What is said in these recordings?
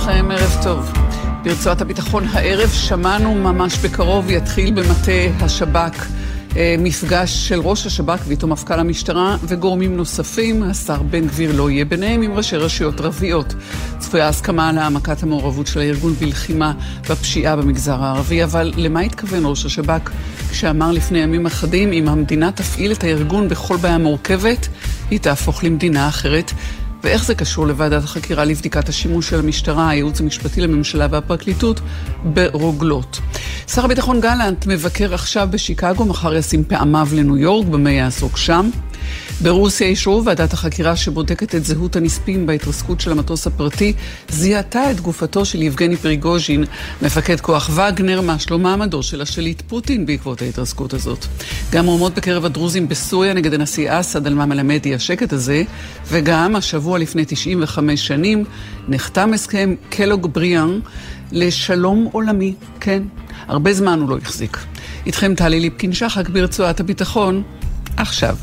לכם, ערב טוב. ברצועת הביטחון הערב שמענו ממש בקרוב יתחיל במטה השב"כ מפגש של ראש השב"כ ואיתו מפכ"ל המשטרה וגורמים נוספים. השר בן גביר לא יהיה ביניהם, עם ראשי רשויות ערביות. צפויה הסכמה על העמקת המעורבות של הארגון בלחימה בפשיעה במגזר הערבי. אבל למה התכוון ראש השב"כ כשאמר לפני ימים אחדים, אם המדינה תפעיל את הארגון בכל בעיה מורכבת, היא תהפוך למדינה אחרת? ואיך זה קשור לוועדת החקירה לבדיקת השימוש של המשטרה, הייעוץ המשפטי לממשלה והפרקליטות ברוגלות? שר הביטחון גלנט מבקר עכשיו בשיקגו, מחר ישים פעמיו לניו יורק, במה יעסוק שם. ברוסיה אישרו ועדת החקירה שבודקת את זהות הנספים בהתרסקות של המטוס הפרטי, זיהתה את גופתו של יבגני פריגוז'ין, מפקד כוח וגנר, מה שלום מעמדו של השליט פוטין בעקבות ההתרסקות הזאת. גם מהומות בקרב הדרוזים בסוריה נגד הנשיא אסד, על מה מלמד היא השקט הזה, וגם השבוע לפני 95 שנים נחתם הסכם קלוג בריאן לשלום עולמי. כן, הרבה זמן הוא לא החזיק. איתכם טלי ליפקין שחק ברצועת הביטחון, עכשיו.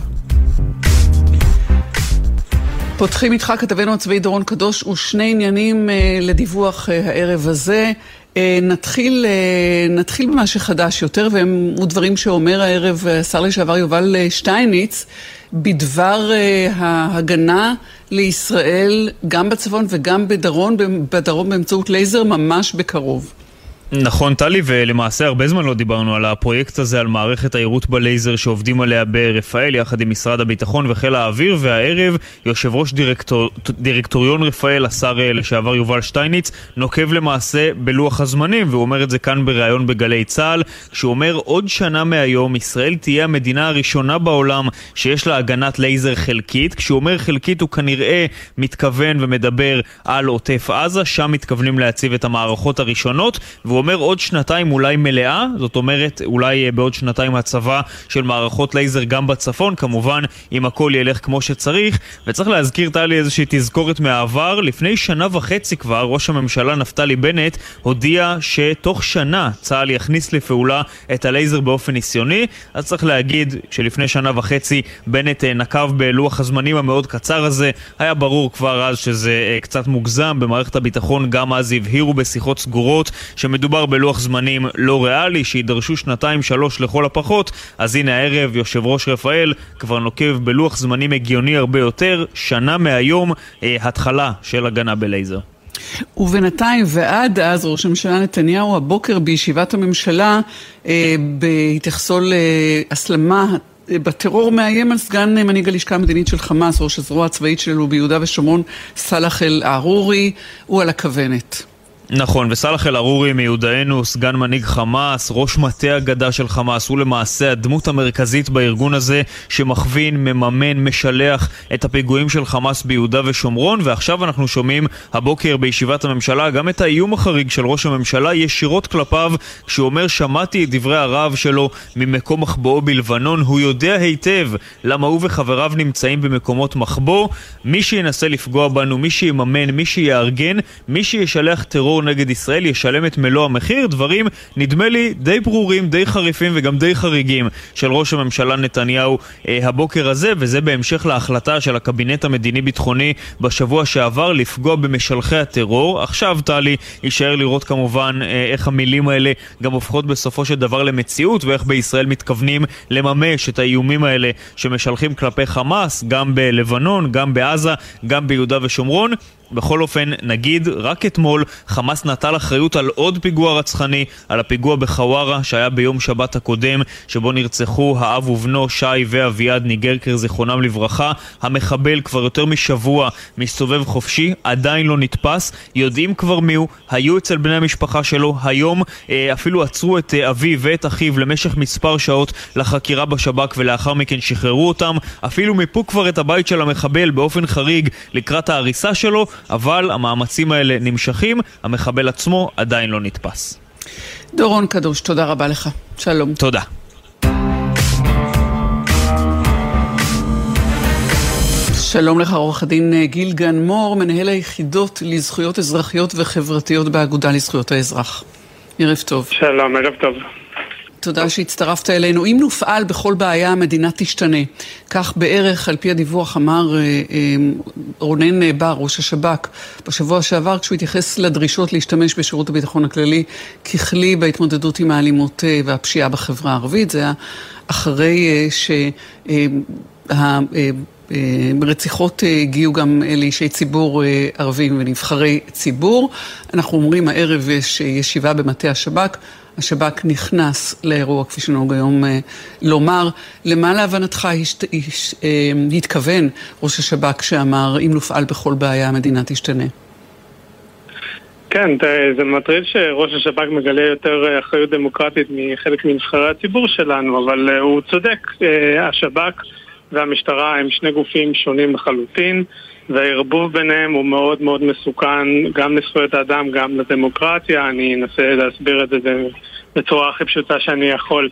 פותחים איתך כתבנו הצבאי דורון קדוש ושני עניינים לדיווח הערב הזה. נתחיל במה שחדש יותר, והם דברים שאומר הערב השר לשעבר יובל שטייניץ בדבר ההגנה לישראל גם בצפון וגם בדרום באמצעות לייזר ממש בקרוב. נכון טלי, ולמעשה הרבה זמן לא דיברנו על הפרויקט הזה, על מערכת העירות בלייזר שעובדים עליה ברפאל יחד עם משרד הביטחון וחיל האוויר, והערב יושב ראש דירקטוריון רפאל, השר לשעבר יובל שטייניץ, נוקב למעשה בלוח הזמנים, והוא אומר את זה כאן בריאיון בגלי צהל, כשהוא אומר עוד שנה מהיום ישראל תהיה המדינה הראשונה בעולם שיש לה הגנת לייזר חלקית. כשהוא אומר חלקית הוא כנראה מתכוון ומדבר על עוטף עזה, שם מתכוונים להציב את המערכות הראשונות, והוא אומר עוד שנתיים אולי מלאה, זאת אומרת אולי בעוד שנתיים הצבה של מערכות לייזר גם בצפון, כמובן אם הכל ילך כמו שצריך. וצריך להזכיר טלי איזושהי תזכורת מהעבר, לפני שנה וחצי כבר ראש הממשלה נפתלי בנט הודיע שתוך שנה צה"ל יכניס לפעולה את הלייזר באופן ניסיוני. אז צריך להגיד שלפני שנה וחצי בנט נקב בלוח הזמנים המאוד קצר הזה, היה ברור כבר אז שזה קצת מוגזם. במערכת הביטחון גם אז הבהירו בשיחות סגורות שמדובר בלוח זמנים לא ריאלי, שידרשו 2-3 לכל הפחות. אז הנה הערב יושב ראש רפאל כבר נוקב בלוח זמנים הגיוני הרבה יותר, שנה מהיום התחלה של הגנה בלייזר. ובינתיים ועד אז ראש הממשלה נתניהו הבוקר בישיבת הממשלה בהתייחסו להסלמה בטרור מאיים על סגן מנהיג הלשכה המדינית של חמאס, ראש הזרוע הצבאית שלו ביהודה ושומרון, סלאח אל-ערורי, הוא על הכוונת. נכון, וסלאח אל-ערורי מיודענו, סגן מנהיג חמאס, ראש מטה הגדה של חמאס, הוא למעשה הדמות המרכזית בארגון הזה שמכווין, מממן, משלח את הפיגועים של חמאס ביהודה ושומרון. ועכשיו אנחנו שומעים הבוקר בישיבת הממשלה גם את האיום החריג של ראש הממשלה ישירות כלפיו, כשהוא אומר שמעתי את דברי הרעב שלו ממקום מחבואו בלבנון, הוא יודע היטב למה הוא וחבריו נמצאים במקומות מחבוא. מי שינסה לפגוע בנו, מי שיממן, מי שיארגן, מי שישלח טרור נגד ישראל ישלם את מלוא המחיר. דברים נדמה לי די ברורים, די חריפים וגם די חריגים של ראש הממשלה נתניהו הבוקר הזה, וזה בהמשך להחלטה של הקבינט המדיני-ביטחוני בשבוע שעבר לפגוע במשלחי הטרור. עכשיו טלי יישאר לראות כמובן איך המילים האלה גם הופכות בסופו של דבר למציאות, ואיך בישראל מתכוונים לממש את האיומים האלה שמשלחים כלפי חמאס, גם בלבנון, גם בעזה, גם ביהודה ושומרון. בכל אופן, נגיד, רק אתמול חמאס נטל אחריות על עוד פיגוע רצחני, על הפיגוע בחווארה שהיה ביום שבת הקודם, שבו נרצחו האב ובנו שי ואביעד ניגרקר זיכרונם לברכה. המחבל כבר יותר משבוע מסתובב חופשי, עדיין לא נתפס, יודעים כבר מיהו, היו אצל בני המשפחה שלו, היום אפילו עצרו את אביו ואת אחיו למשך מספר שעות לחקירה בשב"כ ולאחר מכן שחררו אותם, אפילו מיפו כבר את הבית של המחבל באופן חריג לקראת ההריסה שלו, אבל המאמצים האלה נמשכים, המחבל עצמו עדיין לא נתפס. דורון קדוש, תודה רבה לך. שלום. תודה. שלום לך עורך הדין גיל גן מור, מנהל היחידות לזכויות אזרחיות וחברתיות באגודה לזכויות האזרח. ערב טוב. שלום, ערב טוב. תודה שהצטרפת אלינו. אם נופעל בכל בעיה, המדינה תשתנה. כך בערך, על פי הדיווח, אמר רונן בר, ראש השב"כ, בשבוע שעבר, כשהוא התייחס לדרישות להשתמש בשירות הביטחון הכללי ככלי בהתמודדות עם האלימות והפשיעה בחברה הערבית. זה היה אחרי ברציחות הגיעו גם לאישי ציבור ערבים ונבחרי ציבור. אנחנו אומרים, הערב יש ישיבה במטה השב"כ. השב"כ נכנס לאירוע, כפי שנהוג היום לומר. למה להבנתך התכוון ראש השב"כ שאמר, אם נופעל בכל בעיה, המדינה תשתנה? כן, זה מטריד שראש השב"כ מגלה יותר אחריות דמוקרטית מחלק מנבחרי הציבור שלנו, אבל הוא צודק. השב"כ והמשטרה הם שני גופים שונים לחלוטין, והערבוב ביניהם הוא מאוד מאוד מסוכן, גם לזכויות האדם, גם לדמוקרטיה. אני אנסה להסביר את זה בצורה הכי פשוטה שאני יכול.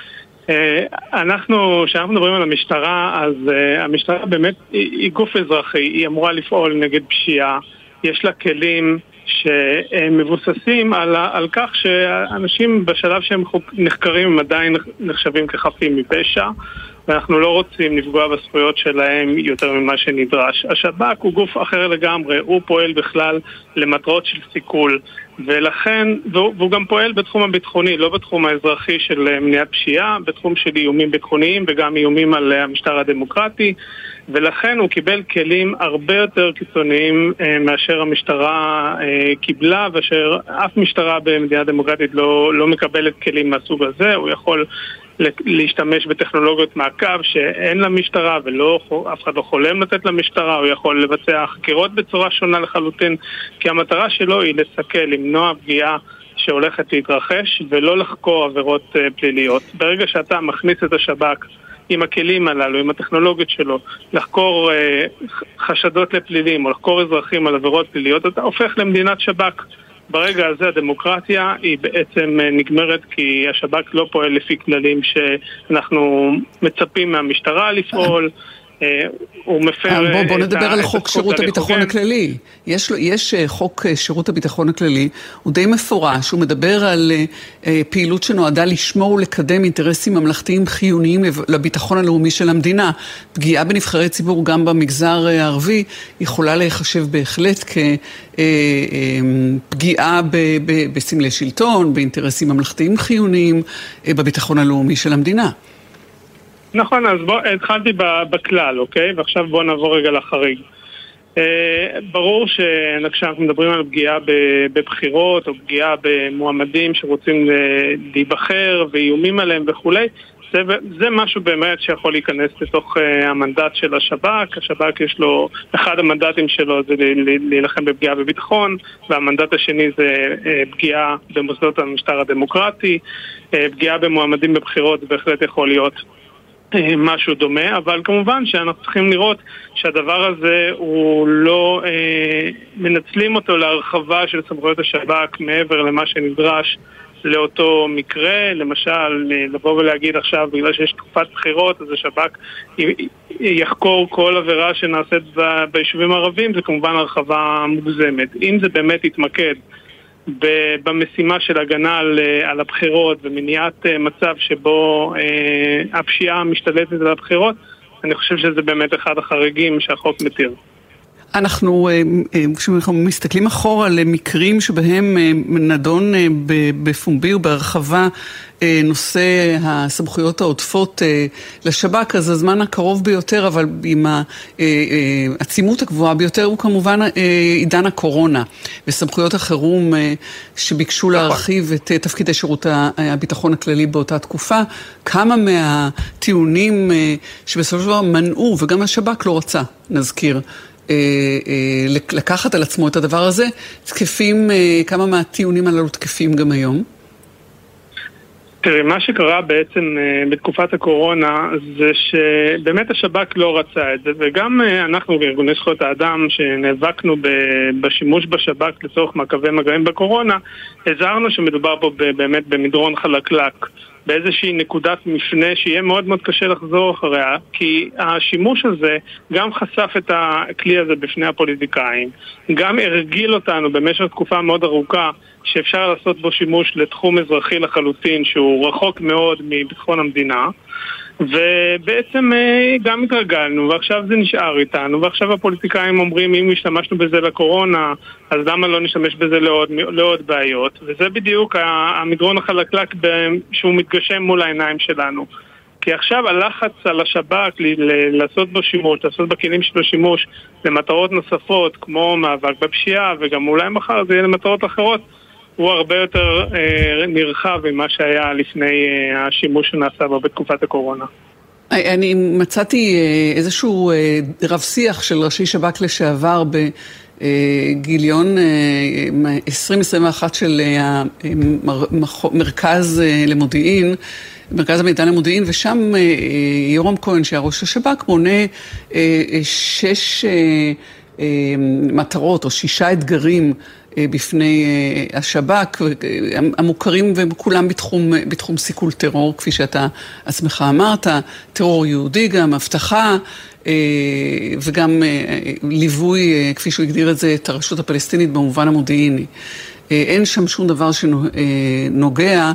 כשאנחנו מדברים על המשטרה, אז המשטרה באמת היא גוף אזרחי, היא אמורה לפעול נגד פשיעה, יש לה כלים שמבוססים על כך שאנשים בשלב שהם נחקרים הם עדיין נחשבים כחפים מפשע, ואנחנו לא רוצים לפגוע בזכויות שלהם יותר ממה שנדרש. השב"כ הוא גוף אחר לגמרי, הוא פועל בכלל למטרות של סיכול, ולכן, והוא גם פועל בתחום הביטחוני, לא בתחום האזרחי של מניעת פשיעה, בתחום של איומים ביטחוניים וגם איומים על המשטר הדמוקרטי, ולכן הוא קיבל כלים הרבה יותר קיצוניים מאשר המשטרה קיבלה, ואשר אף משטרה במדינה דמוקרטית לא מקבלת כלים מהסוג הזה. הוא יכול להשתמש בטכנולוגיות מעקב שאין למשטרה ואף אחד לא חולם לתת למשטרה. הוא יכול לבצע חקירות בצורה שונה לחלוטין, כי המטרה שלו היא לסכל, למנוע פגיעה שהולכת להתרחש ולא לחקור עבירות פליליות. ברגע שאתה מכניס את השב"כ עם הכלים הללו, עם הטכנולוגיות שלו, לחקור חשדות לפלילים או לחקור אזרחים על עבירות פליליות, אתה הופך למדינת שב"כ. ברגע הזה הדמוקרטיה היא בעצם נגמרת, כי השב"כ לא פועל לפי כללים שאנחנו מצפים מהמשטרה לפעול. הוא מפר... בוא נדבר על חוק שירות הביטחון הכללי. יש חוק שירות הביטחון הכללי, הוא די מפורש, הוא מדבר על פעילות שנועדה לשמור ולקדם אינטרסים ממלכתיים חיוניים לביטחון הלאומי של המדינה. פגיעה בנבחרי ציבור גם במגזר הערבי יכולה להיחשב בהחלט כפגיעה בסמלי שלטון, באינטרסים ממלכתיים חיוניים, בביטחון הלאומי של המדינה. נכון, אז התחלתי בכלל, אוקיי? ועכשיו בואו נעבור רגע לחריג. ברור שכשאנחנו מדברים על פגיעה בבחירות או פגיעה במועמדים שרוצים להיבחר ואיומים עליהם וכולי, זה משהו באמת שיכול להיכנס לתוך המנדט של השב"כ. השב"כ יש לו, אחד המנדטים שלו זה להילחם בפגיעה בביטחון, והמנדט השני זה פגיעה במוסדות המשטר הדמוקרטי. פגיעה במועמדים בבחירות בהחלט יכול להיות משהו דומה, אבל כמובן שאנחנו צריכים לראות שהדבר הזה הוא לא מנצלים אותו להרחבה של סמכויות השב"כ מעבר למה שנדרש לאותו מקרה. למשל, לבוא ולהגיד עכשיו בגלל שיש תקופת בחירות אז השב"כ יחקור כל עבירה שנעשית ביישובים הערבים, זה כמובן הרחבה מוגזמת. אם זה באמת יתמקד במשימה של הגנה על הבחירות ומניעת מצב שבו הפשיעה משתלטת על הבחירות, אני חושב שזה באמת אחד החריגים שהחוק מתיר. אנחנו מסתכלים אחורה על מקרים שבהם נדון בפומבי ובהרחבה נושא הסמכויות העודפות לשב"כ, אז הזמן הקרוב ביותר, אבל עם העצימות הגבוהה ביותר, הוא כמובן עידן הקורונה, וסמכויות החירום שביקשו להרחיב את תפקידי שירות הביטחון הכללי באותה תקופה. כמה מהטיעונים שבסופו של דבר מנעו, וגם השב"כ לא רצה, נזכיר, לקחת על עצמו את הדבר הזה, תקפים, כמה מהטיעונים הללו תקפים גם היום? תראי, מה שקרה בעצם בתקופת הקורונה זה שבאמת השב"כ לא רצה את זה, וגם אנחנו בארגוני זכויות האדם שנאבקנו בשימוש בשב"כ לצורך מעקבי מגעים בקורונה, הזהרנו שמדובר פה באמת במדרון חלקלק, באיזושהי נקודת מפנה שיהיה מאוד מאוד קשה לחזור אחריה, כי השימוש הזה גם חשף את הכלי הזה בפני הפוליטיקאים, גם הרגיל אותנו במשך תקופה מאוד ארוכה שאפשר לעשות בו שימוש לתחום אזרחי לחלוטין שהוא רחוק מאוד מביטחון המדינה, ובעצם גם התרגלנו, ועכשיו זה נשאר איתנו, ועכשיו הפוליטיקאים אומרים אם השתמשנו בזה לקורונה, אז למה לא נשתמש בזה לעוד בעיות, וזה בדיוק המדרון החלקלק שהוא מתגשם מול העיניים שלנו. כי עכשיו הלחץ על השב"כ לעשות בו שימוש, לעשות בכלים שלו שימוש למטרות נוספות, כמו מאבק בפשיעה, וגם אולי מחר זה יהיה למטרות אחרות, הוא הרבה יותר נרחב ממה שהיה לפני השימוש שנעשה בו בתקופת הקורונה. אני מצאתי איזשהו רב שיח של ראשי שב"כ לשעבר בגיליון 2021 של מרכז למודיעין, מרכז המידע למודיעין, ושם יורם כהן שהיה ראש השב"כ מונה 6 מטרות או 6 אתגרים בפני השב"כ, המוכרים וכולם בתחום סיכול טרור, כפי שאתה עצמך אמרת, טרור יהודי גם, הבטחה, וגם ליווי, כפי שהוא הגדיר את זה, את הרשות הפלסטינית במובן המודיעיני. אין שם שום דבר שנוגע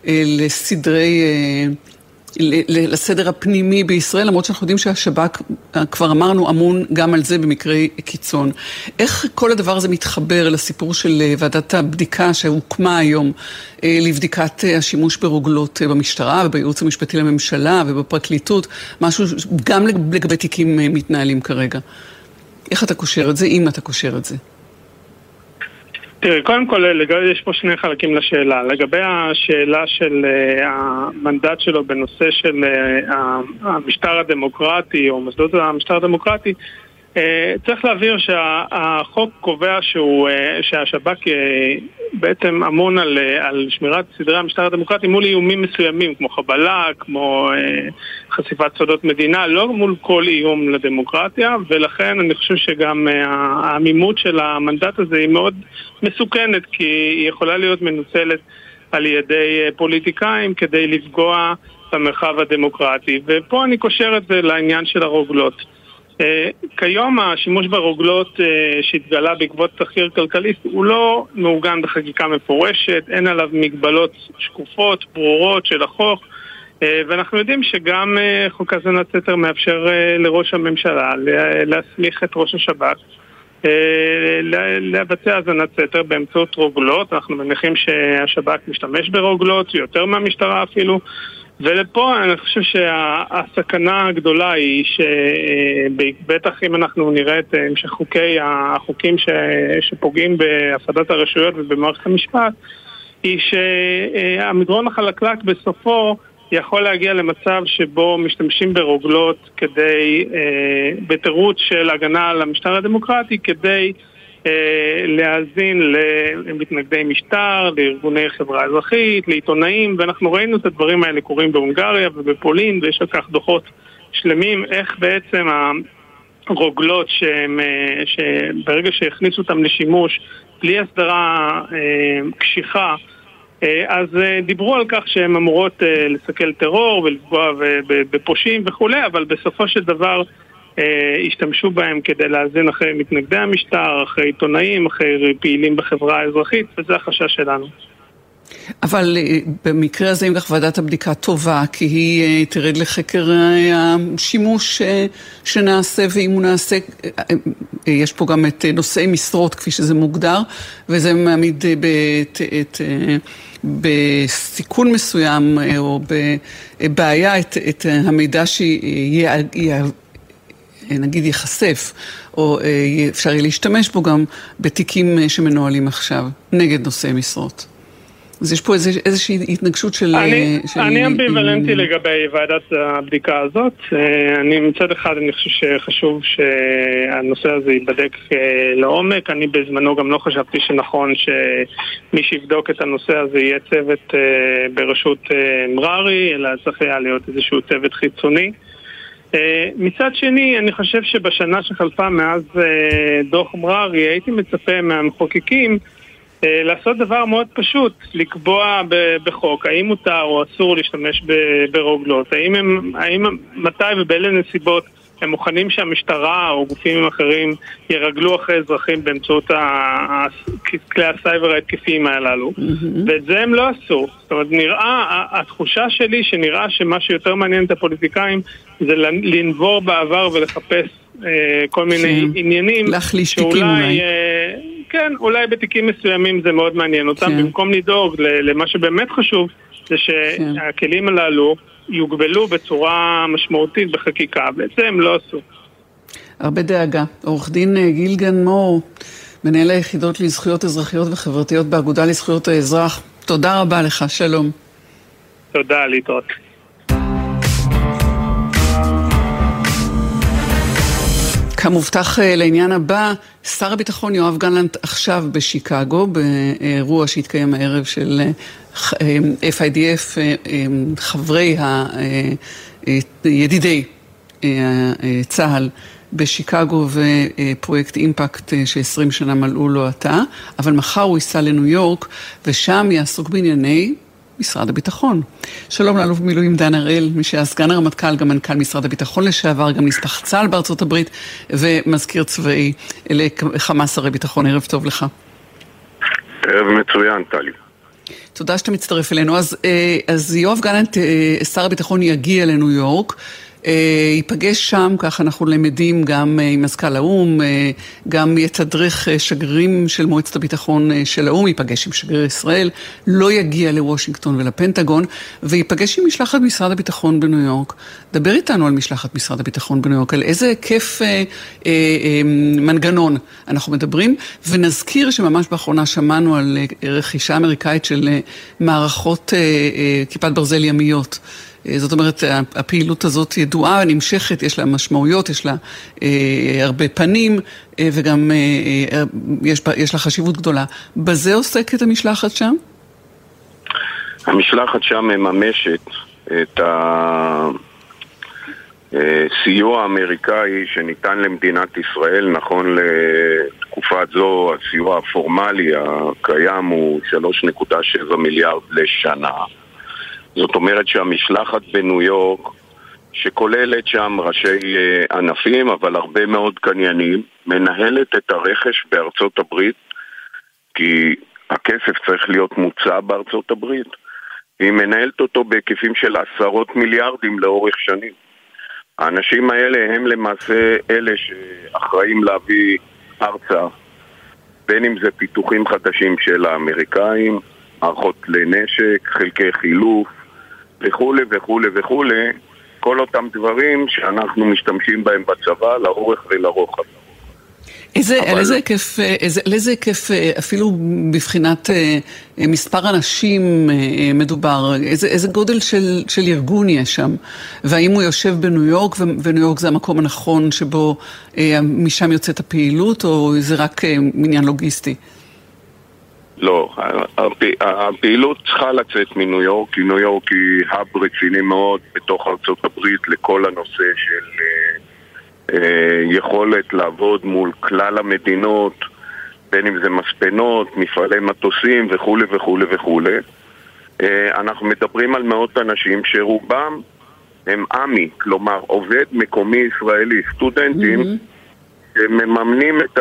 לסדר הפנימי בישראל, למרות שאנחנו יודעים שהשב"כ, כבר אמרנו, אמון גם על זה במקרי קיצון. איך כל הדבר הזה מתחבר לסיפור של ועדת הבדיקה שהוקמה היום לבדיקת השימוש ברוגלות במשטרה ובייעוץ המשפטי לממשלה ובפרקליטות, משהו גם לגבי תיקים מתנהלים כרגע. איך אתה קושר את זה, אם אתה קושר את זה? תראי, קודם כל, יש פה 2 חלקים לשאלה. לגבי השאלה של המנדט שלו בנושא של המשטר הדמוקרטי או מוסדות המשטר הדמוקרטי, צריך להבהיר שהחוק קובע שהשב"כ בעצם אמון על שמירת סדרי המשטר הדמוקרטי מול איומים מסוימים, כמו חבלה, כמו חשיפת סודות מדינה, לא מול כל איום לדמוקרטיה, ולכן אני חושב שגם העמימות של המנדט הזה היא מאוד מסוכנת, כי היא יכולה להיות מנוצלת על ידי פוליטיקאים כדי לפגוע במרחב הדמוקרטי. ופה אני קושר את זה לעניין של הרוגלות. כיום השימוש ברוגלות שהתגלה בעקבות תחקיר כלכליסט הוא לא מעוגן בחקיקה מפורשת, אין עליו מגבלות שקופות, ברורות של החוק, ואנחנו יודעים שגם חוק האזנת סתר מאפשר לראש הממשלה להסמיך את ראש השב"כ לבצע האזנת סתר באמצעות רוגלות. אנחנו מניחים שהשב"כ משתמש ברוגלות יותר מהמשטרה אפילו, ולפה אני חושב שהסכנה הגדולה היא שבטח אם אנחנו נראה את המשך החוקים שפוגעים בהפרדת הרשויות ובמערכת המשפט, היא שהמדרון החלקלק בסופו יכול להגיע למצב שבו משתמשים ברוגלות כדי, בתירוץ של הגנה על המשטר הדמוקרטי, כדי להאזין למתנגדי משטר, לארגוני חברה אזרחית, לעיתונאים, ואנחנו ראינו את הדברים האלה קורים בהונגריה ובפולין, ויש על כך דוחות שלמים, איך בעצם הרוגלות שברגע שהכניסו אותם לשימוש, בלי הסדרה קשיחה, אז דיברו על כך שהן אמורות לסכל טרור ולפגוע בפושעים וכו', אבל בסופו של דבר השתמשו בהם כדי להאזין אחרי מתנגדי המשטר, אחרי עיתונאים, אחרי פעילים בחברה האזרחית, וזה החשש שלנו. אבל במקרה הזה, אם כך ועדת הבדיקה טובה, כי היא תרד לחקר השימוש שנעשה, ואם הוא נעשה, יש פה גם את נושאי משרות, כפי שזה מוגדר, וזה מעמיד בסיכון מסוים, או בבעיה את המידע נגיד ייחשף, או אפשר יהיה להשתמש בו גם בתיקים שמנוהלים עכשיו, נגד נושאי משרות. אז יש פה איזושהי התנגשות של... אני אמביוולנטי לגבי ועדת הבדיקה הזאת. אני מצד אחד, אני חושב שחשוב שהנושא הזה ייבדק לעומק. אני בזמנו גם לא חשבתי שנכון שמי שיבדוק את הנושא הזה יהיה צוות בראשות מררי, אלא צריך היה להיות איזשהו צוות חיצוני. מצד שני, אני חושב שבשנה שחלפה מאז דוח מררי, הייתי מצפה מהמחוקקים לעשות דבר מאוד פשוט, לקבוע בחוק, האם מותר או אסור להשתמש ברוגלות, מתי ובאלה נסיבות הם מוכנים שהמשטרה או גופים אחרים ירגלו אחרי אזרחים באמצעות כלי הסייבר ההתקפיים הללו. ואת זה הם לא עשו. זאת אומרת, התחושה שלי שנראה שמה שיותר מעניין את הפוליטיקאים זה לנבור בעבר ולחפש כל מיני עניינים. להחליש תיקים אולי. כן, אולי בתיקים מסוימים זה מאוד מעניין אותם. במקום לדאוג למה שבאמת חשוב זה שהכלים הללו יוגבלו בצורה משמעותית בחקיקה, ואת זה הם לא עשו. הרבה דאגה. עורך דין גיל גן-מור, מנהל היחידות לזכויות אזרחיות וחברתיות באגודה לזכויות האזרח, תודה רבה לך, שלום. תודה, להתראות. כמובטח לעניין הבא, שר הביטחון יואב גלנט עכשיו בשיקגו, באירוע שהתקיים הערב של FIDF, חברי ידידי צהל בשיקגו ופרויקט אימפקט ש20 שנה מלאו לו עתה, אבל מחר הוא ייסע לניו יורק ושם יעסוק בענייני משרד הביטחון. שלום לאלוף במילואים דן הראל, מי שהיה סגן הרמטכ"ל, גם מנכ"ל משרד הביטחון לשעבר, גם נספח צה"ל בארצות הברית ומזכיר צבאי לכמה שרי ביטחון. ערב טוב לך. ערב מצוין, טלי. תודה שאתה מצטרף אלינו. אז יואב גלנט, שר הביטחון, יגיע לניו יורק, ייפגש שם, כך אנחנו למדים, גם עם מזכ"ל האום, גם יתדרך שגרירים של מועצת הביטחון של האום, ייפגש עם שגריר ישראל, לא יגיע לוושינגטון ולפנטגון, וייפגש עם משלחת משרד הביטחון בניו יורק. דבר איתנו על משלחת משרד הביטחון בניו יורק, על איזה היקף מנגנון אנחנו מדברים, ונזכיר שממש באחרונה שמענו על רכישה אמריקאית של מערכות כיפת ברזל ימיות. זאת אומרת, הפעילות הזאת ידועה, נמשכת, יש לה משמעויות, יש לה הרבה פנים, וגם יש לה חשיבות גדולה. בזה עוסקת המשלחת שם? המשלחת שם מממשת את הסיוע האמריקאי שניתן למדינת ישראל, נכון לתקופת זו, הסיוע הפורמלי הקיים הוא 3.7 מיליארד לשנה. זאת אומרת שהמשלחת בניו יורק, שכוללת שם ראשי ענפים, אבל הרבה מאוד קניינים, מנהלת את הרכש בארצות הברית, כי הכסף צריך להיות מוצא בארצות הברית, היא מנהלת אותו בהיקפים של עשרות מיליארדים לאורך שנים. האנשים האלה הם למעשה אלה שאחראים להביא ארצה, בין אם זה פיתוחים חדשים של האמריקאים, מערכות לנשק, חלקי חילוף, וכו' וכו' וכו', כל אותם דברים שאנחנו משתמשים בהם בצבא, לאורך ולרוחב. על איזה היקף, אפילו בבחינת מספר אנשים מדובר, איזה גודל של ארגון יש שם? והאם הוא יושב בניו יורק, וניו יורק זה המקום הנכון שבו משם יוצאת הפעילות, או זה רק עניין לוגיסטי? לא, הפעילות צריכה לצאת מניו יורק, כי ניו יורק היא האב רציני מאוד בתוך ארצות הברית לכל הנושא של יכולת לעבוד מול כלל המדינות, בין אם זה מספנות, מפעלי מטוסים וכו' וכו' וכו'. אנחנו מדברים על מאות אנשים שרובם הם עמי, כלומר עובד מקומי ישראלי, סטודנטים שמממנים את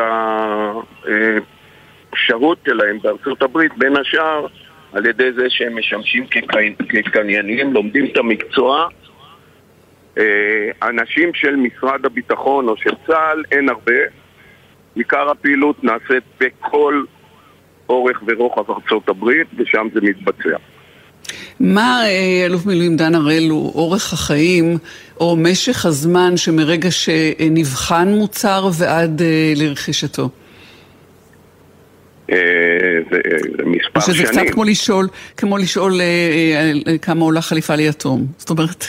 האפשרות שלהם בארצות הברית, בין השאר על ידי זה שהם משמשים כקניינים, לומדים את המקצוע. אנשים של משרד הביטחון או של צה"ל אין הרבה. עיקר הפעילות נעשית בכל אורך ורוחב ארצות הברית, ושם זה מתבצע. מה, אלוף מילואים דן הראל, הוא אורך החיים או משך הזמן שמרגע שנבחן מוצר ועד לרכישתו? זה מספר שנים. שזה קצת כמו לשאול כמה עולה חליפה ליתום. זאת אומרת,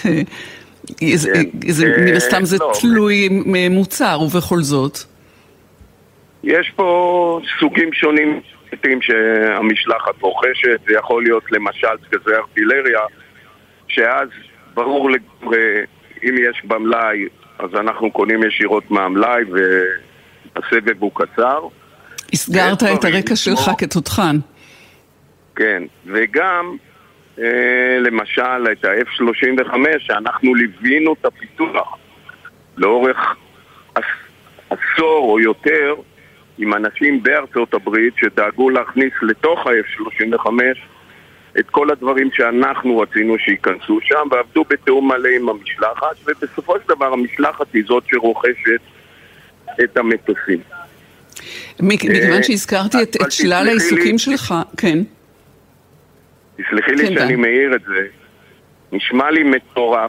מן הסתם זה תלוי מוצר, ובכל זאת. יש פה סוגים שונים שהמשלחת רוכשת, זה יכול להיות למשל גזי ארטילריה, שאז ברור לגמרי, אם יש במלאי, אז אנחנו קונים ישירות מהמלאי, והסבב הוא קצר. הסגרת את הרקע שלך כתותחן. כן, וגם למשל את ה-F-35 שאנחנו ליווינו את הפיתוח לאורך עשור או יותר עם אנשים בארצות הברית שדאגו להכניס לתוך ה-F-35 את כל הדברים שאנחנו רצינו שיכנסו שם, ועבדו בתיאום מלא עם המשלחת, ובסופו של דבר המשלחת היא זאת שרוכשת את המטוסים. מכיוון שהזכרתי את שלל העיסוקים שלך, כן. תסלחי לי שאני מעיר את זה. נשמע לי מטורף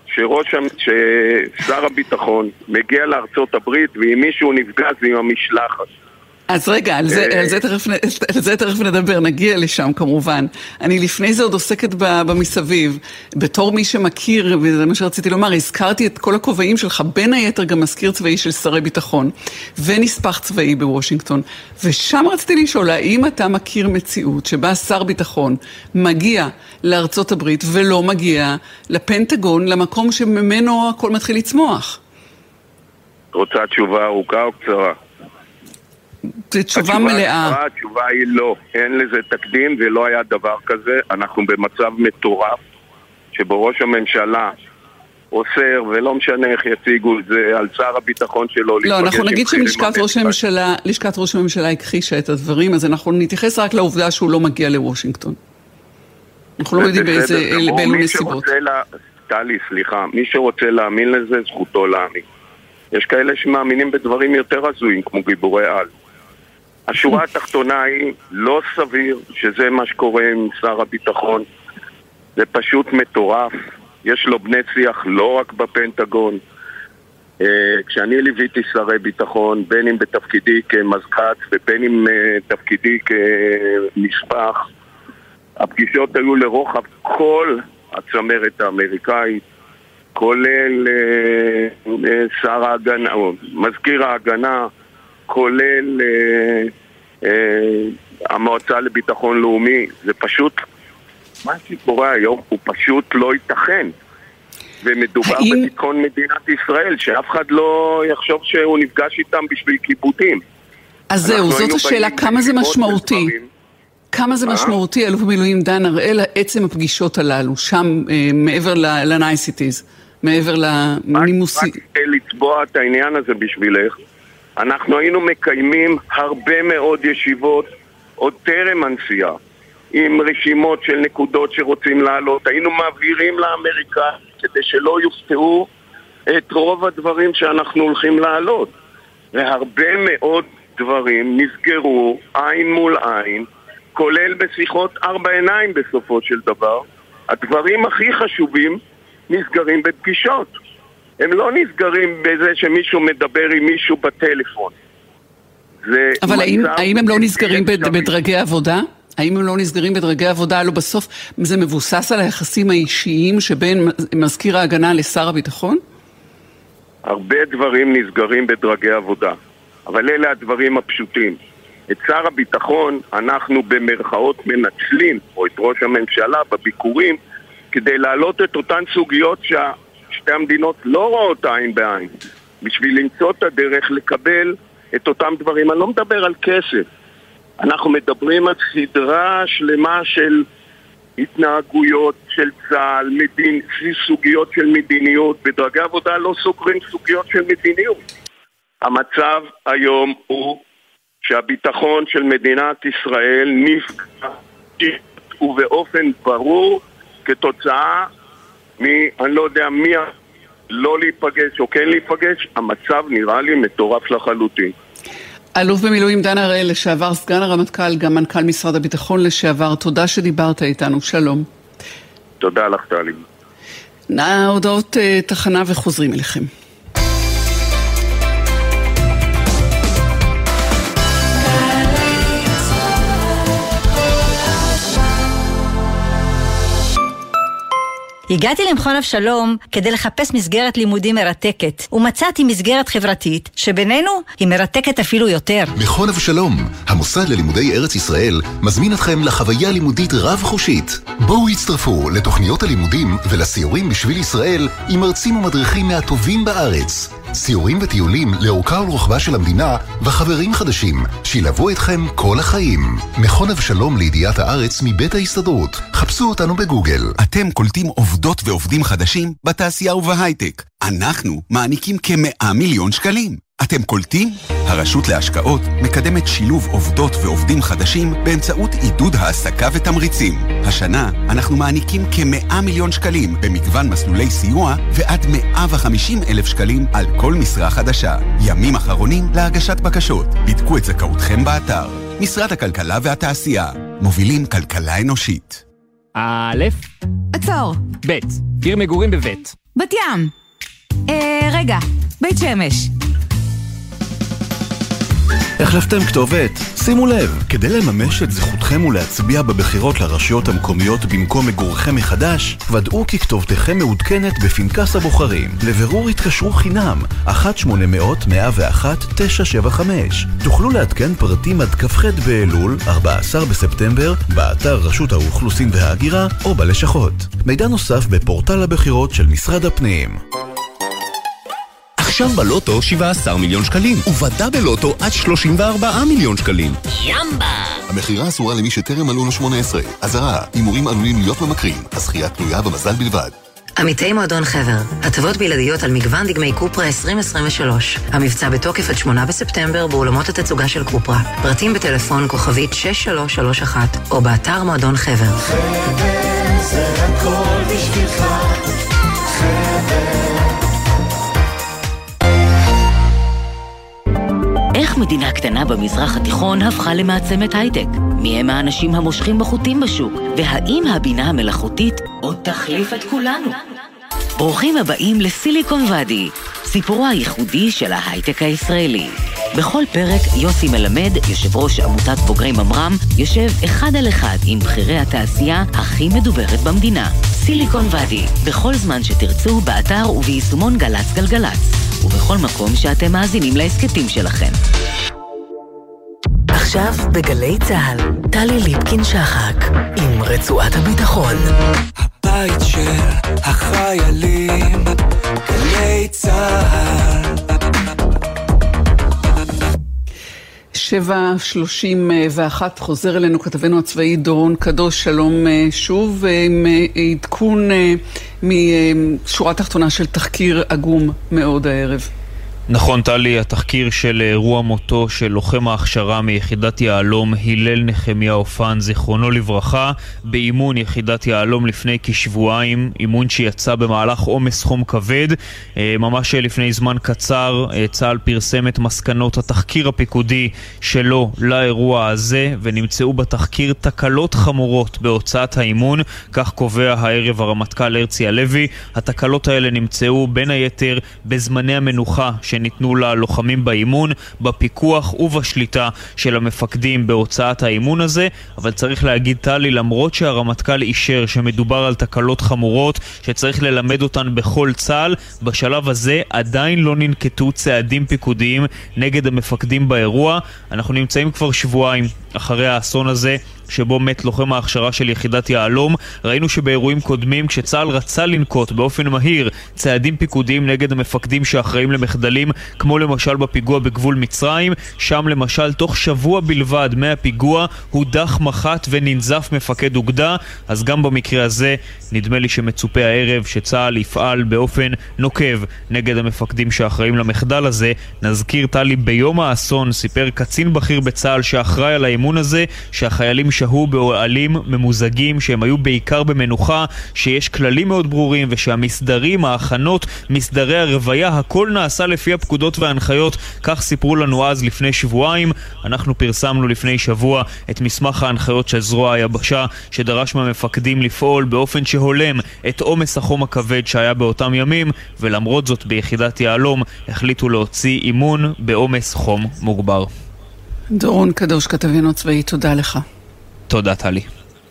ששר הביטחון מגיע לארצות הברית ועם מישהו נפגש עם המשלחת. אז רגע, על זה תכף נדבר, נגיע לשם כמובן. אני לפני זה עוד עוסקת במסביב. בתור מי שמכיר, וזה מה שרציתי לומר, הזכרתי את כל הכובעים שלך, בין היתר גם מזכיר צבאי של שרי ביטחון, ונספח צבאי בוושינגטון. ושם רציתי לשאול, האם אתה מכיר מציאות שבה שר ביטחון מגיע לארצות הברית ולא מגיע לפנטגון, למקום שממנו הכל מתחיל לצמוח? רוצה תשובה ארוכה או קצרה? זו תשובה מלאה. התשובה היא לא, אין לזה תקדים ולא היה דבר כזה. אנחנו במצב מטורף שבו ראש הממשלה אוסר, ולא משנה איך יציגו את זה, על שר הביטחון שלו. לא, אנחנו נגיד שלשכת ראש הממשלה הכחישה את הדברים, אז אנחנו נתייחס רק לעובדה שהוא לא מגיע לוושינגטון. אנחנו לא יודעים באילו נסיבות. טלי, סליחה, מי שרוצה להאמין לזה, זכותו להאמין. יש כאלה שמאמינים בדברים יותר הזויים, כמו גיבורי על. השורה התחתונה היא לא סביר שזה מה שקורה עם שר הביטחון. זה פשוט מטורף. יש לו בני שיח לא רק בפנטגון. כשאני ליוויתי שרי ביטחון, בין אם בתפקידי כמזכ"ץ ובין אם תפקידי כנספח, הפגישות היו לרוחב כל הצמרת האמריקאית, כולל שר ההגנה, או מזכיר ההגנה, כולל המועצה לביטחון לאומי. זה פשוט, מה שקורה היום הוא פשוט לא ייתכן. ומדובר בביטחון מדינת ישראל, שאף אחד לא יחשוב שהוא נפגש איתם בשביל כיבודים. אז זהו, זאת השאלה, כמה זה משמעותי? כמה זה משמעותי, אלוף במילואים דן הראל, עצם הפגישות הללו, שם מעבר לנייסיטיז, מעבר לנימוסי. רק לצבוע את העניין הזה בשבילך, אנחנו היינו מקיימים הרבה מאוד ישיבות, עוד טרם הנסיעה, עם רשימות של נקודות שרוצים לעלות, היינו מעבירים לאמריקה, כדי שלא יופתעו את רוב הדברים שאנחנו הולכים לעלות. והרבה מאוד דברים נסגרו עין מול עין, כולל בשיחות 4 עיניים בסופו של דבר. הדברים הכי חשובים נסגרים בפגישות. הם לא נסגרים בזה שמישהו מדבר עם מישהו בטלפון. אבל האם הם לא נסגרים בדרגי עבודה? האם הם לא נסגרים בדרגי עבודה? לא, בסוף זה מבוסס על היחסים האישיים שבין מזכיר ההגנה לשר הביטחון? הרבה דברים נסגרים בדרגי עבודה, אבל אלה הדברים הפשוטים. את שר הביטחון אנחנו במרכאות מנצלים, או את ראש הממשלה בביקורים, כדי להעלות את אותן סוגיות ששתי המדינות לא רואות עין בעין, בשביל למצוא את הדרך לקבל את אותם דברים. אני לא מדבר על כסף, אנחנו מדברים על סדרה שלמה של התנהגויות של צה"ל, סוגיות של מדיניות. בדרגי עבודה לא סוגרים סוגיות של מדיניות. המצב היום הוא שהביטחון של מדינת ישראל נפגע ובאופן ברור כתוצאה אני לא יודע מי לא להיפגש או כן להיפגש. המצב נראה לי מטורף לחלוטין. אלוף במילואים דן הראל, לשעבר סגן הרמטכ"ל, גם מנכ"ל משרד הביטחון לשעבר, תודה שדיברת איתנו, שלום. תודה לך טלי. הודעות תחנה וחוזרים אליכם. הגעתי למכון אבשלום כדי לחפש מסגרת לימודים מרתקת, ומצאתי מסגרת חברתית שבינינו היא מרתקת אפילו יותר. מכון אבשלום, המוסד ללימודי ארץ ישראל, מזמין אתכם לחוויה לימודית רב-חושית. בואו הצטרפו לתוכניות הלימודים ולסיורים בשביל ישראל עם מרצים ומדריכים מהטובים בארץ. סיורים וטיולים לאורכה ולרוחבה של המדינה וחברים חדשים שילוו אתכם כל החיים. מכון אבשלום לידיעת הארץ מבית ההסתדרות. חפשו אותנו בגוגל. אתם קולטים עובדות ועובדים חדשים בתעשייה ובהייטק. אנחנו מעניקים כ100 מיליון שקלים. אתם קולטים? הרשות להשקעות מקדמת שילוב עובדות ועובדים חדשים באמצעות עידוד העסקה ותמריצים. השנה אנחנו מעניקים כ100 מיליון שקלים במגוון מסלולי סיוע ועד 150,000 שקלים על כל משרה חדשה. ימים אחרונים להגשת בקשות. בדקו את זכאותכם באתר. משרד הכלכלה והתעשייה. מובילים כלכלה אנושית. א', עצור. ב', עיר מגורים בבית. בת ים. רגע, בית שמש. החלפתם כתובת? שימו לב, כדי לממש את זכותכם ולהצביע בבחירות לרשויות המקומיות במקום מגורכם מחדש, ודאו כי כתובתכם מעודכנת בפנקס הבוחרים. לבירור התקשרו חינם 1-800-101-975. תוכלו לעדכן פרטים עד כ"ח באלול, 14 בספטמבר, באתר רשות האוכלוסין וההגירה או בלשכות. מידע נוסף בפורטל הבחירות של משרד הפנים. עכשיו בלוטו 17 מיליון שקלים, ובדה בלוטו עד 34 מיליון שקלים. ימבה! המחירה אסורה למי שטרם מלאו 18. אזהרה, הימורים עלולים להיות ממכרים. הזכייה תלויה במזל בלבד. עמיתי מועדון חבר, הטבות בלעדיות על מגוון דגמי קופרה 2023. המבצע בתוקף עד 8 בספטמבר באולמות התצוגה של קופרה. פרטים בטלפון כוכבית 6331 או באתר מועדון חבר. חבר זה הכל בשבילך. חבר. איך מדינה קטנה במזרח התיכון הפכה למעצמת הייטק? מי הם האנשים המושכים בחוטים בשוק? והאם הבינה המלאכותית עוד תחליף את כולנו? ברוכים הבאים לסיליקון ואדי, סיפורו הייחודי של ההייטק הישראלי. בכל פרק יוסי מלמד, יושב ראש עמותת בוגרי ממר"ם, יושב אחד על אחד עם בחירי התעשייה הכי מדוברת במדינה. סיליקון ואדי, בכל זמן שתרצו, באתר וביישומון גלץ גלגלץ, ובכל מקום שאתם מאזינים להסקטים שלכם. עכשיו בגלי צהל, טלי ליפקין שחק עם רצועת הביטחון. הבית של החיילים, גלי צהל. 7:31 חוזר אלינו כתבנו הצבאי דורון קדוש. שלום שוב, עם עדכון משורה תחתונה של תחקיר עגום מאוד הערב. נכון טלי, התחקיר של אירוע מותו של לוחם ההכשרה מיחידת יעלום הלל נחמיה אופן, זיכרונו לברכה, באימון יחידת יעלום לפני כשבועיים, אימון שיצא במהלך עומס חום כבד. ממש לפני זמן קצר צה"ל פרסם את מסקנות התחקיר הפיקודי שלו לאירוע הזה, ונמצאו בתחקיר תקלות חמורות בהוצאת האימון, כך קובע הערב הרמטכ"ל הרצי הלוי. התקלות האלה נמצאו בין היתר בזמני המנוחה שניתנו ללוחמים באימון, בפיקוח ובשליטה של המפקדים בהוצאת האימון הזה. אבל צריך להגיד טלי, למרות שהרמטכ"ל אישר שמדובר על תקלות חמורות שצריך ללמד אותן בכל צה"ל, בשלב הזה עדיין לא ננקטו צעדים פיקודיים נגד המפקדים באירוע. אנחנו נמצאים כבר שבועיים אחרי האסון הזה שבו מת לוחם ההכשרה של יחידת יעלום. ראינו שבאירועים קודמים, כשצה"ל רצה לנקוט באופן מהיר צעדים פיקודיים נגד המפקדים שאחראים למחדלים, כמו למשל בפיגוע בגבול מצרים, שם למשל תוך שבוע בלבד מהפיגוע הודח מח"ט וננזף מפקד אוגדה. אז גם במקרה הזה נדמה לי שמצופה הערב שצה"ל יפעל באופן נוקב נגד המפקדים שאחראים למחדל הזה. נזכיר טלי, ביום האסון סיפר קצין בכיר בצה"ל שאחראי על האימון הזה שהחיילים שהו באוהלים ממוזגים, שהם היו בעיקר במנוחה, שיש כללים מאוד ברורים ושהמסדרים, ההכנות, מסדרי הרוויה, הכל נעשה לפי הפקודות וההנחיות. כך סיפרו לנו אז לפני שבועיים. אנחנו פרסמנו לפני שבוע את מסמך ההנחיות של זרוע היבשה שדרש מהמפקדים לפעול באופן שהולם את עומס החום הכבד שהיה באותם ימים, ולמרות זאת ביחידת יעלום החליטו להוציא אימון בעומס חום מוגבר. דורון קדוש, כתבנו צבאי, תודה לך. תודה טלי.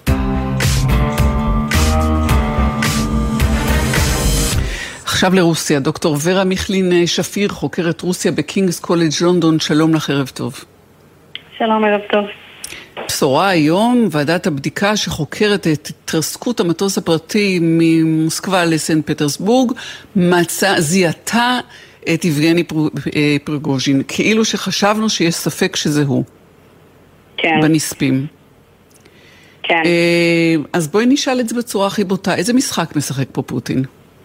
עכשיו לרוסיה, דוקטור ורה מיכלין שפיר, חוקרת רוסיה בקינגס קולג' לונדון, שלום לך, ערב טוב. שלום, ערב טוב. בשורה היום, ועדת הבדיקה שחוקרת את התרסקות המטוס הפרטי ממוסקבה לסנט פטרסבורג, זיהתה את יבגני פריגוז'ין, כאילו שחשבנו שיש ספק שזה הוא. כן. בנספים. כן. אז בואי נשאל את זה בצורה הכי בוטה, איזה משחק משחק פה פוטין?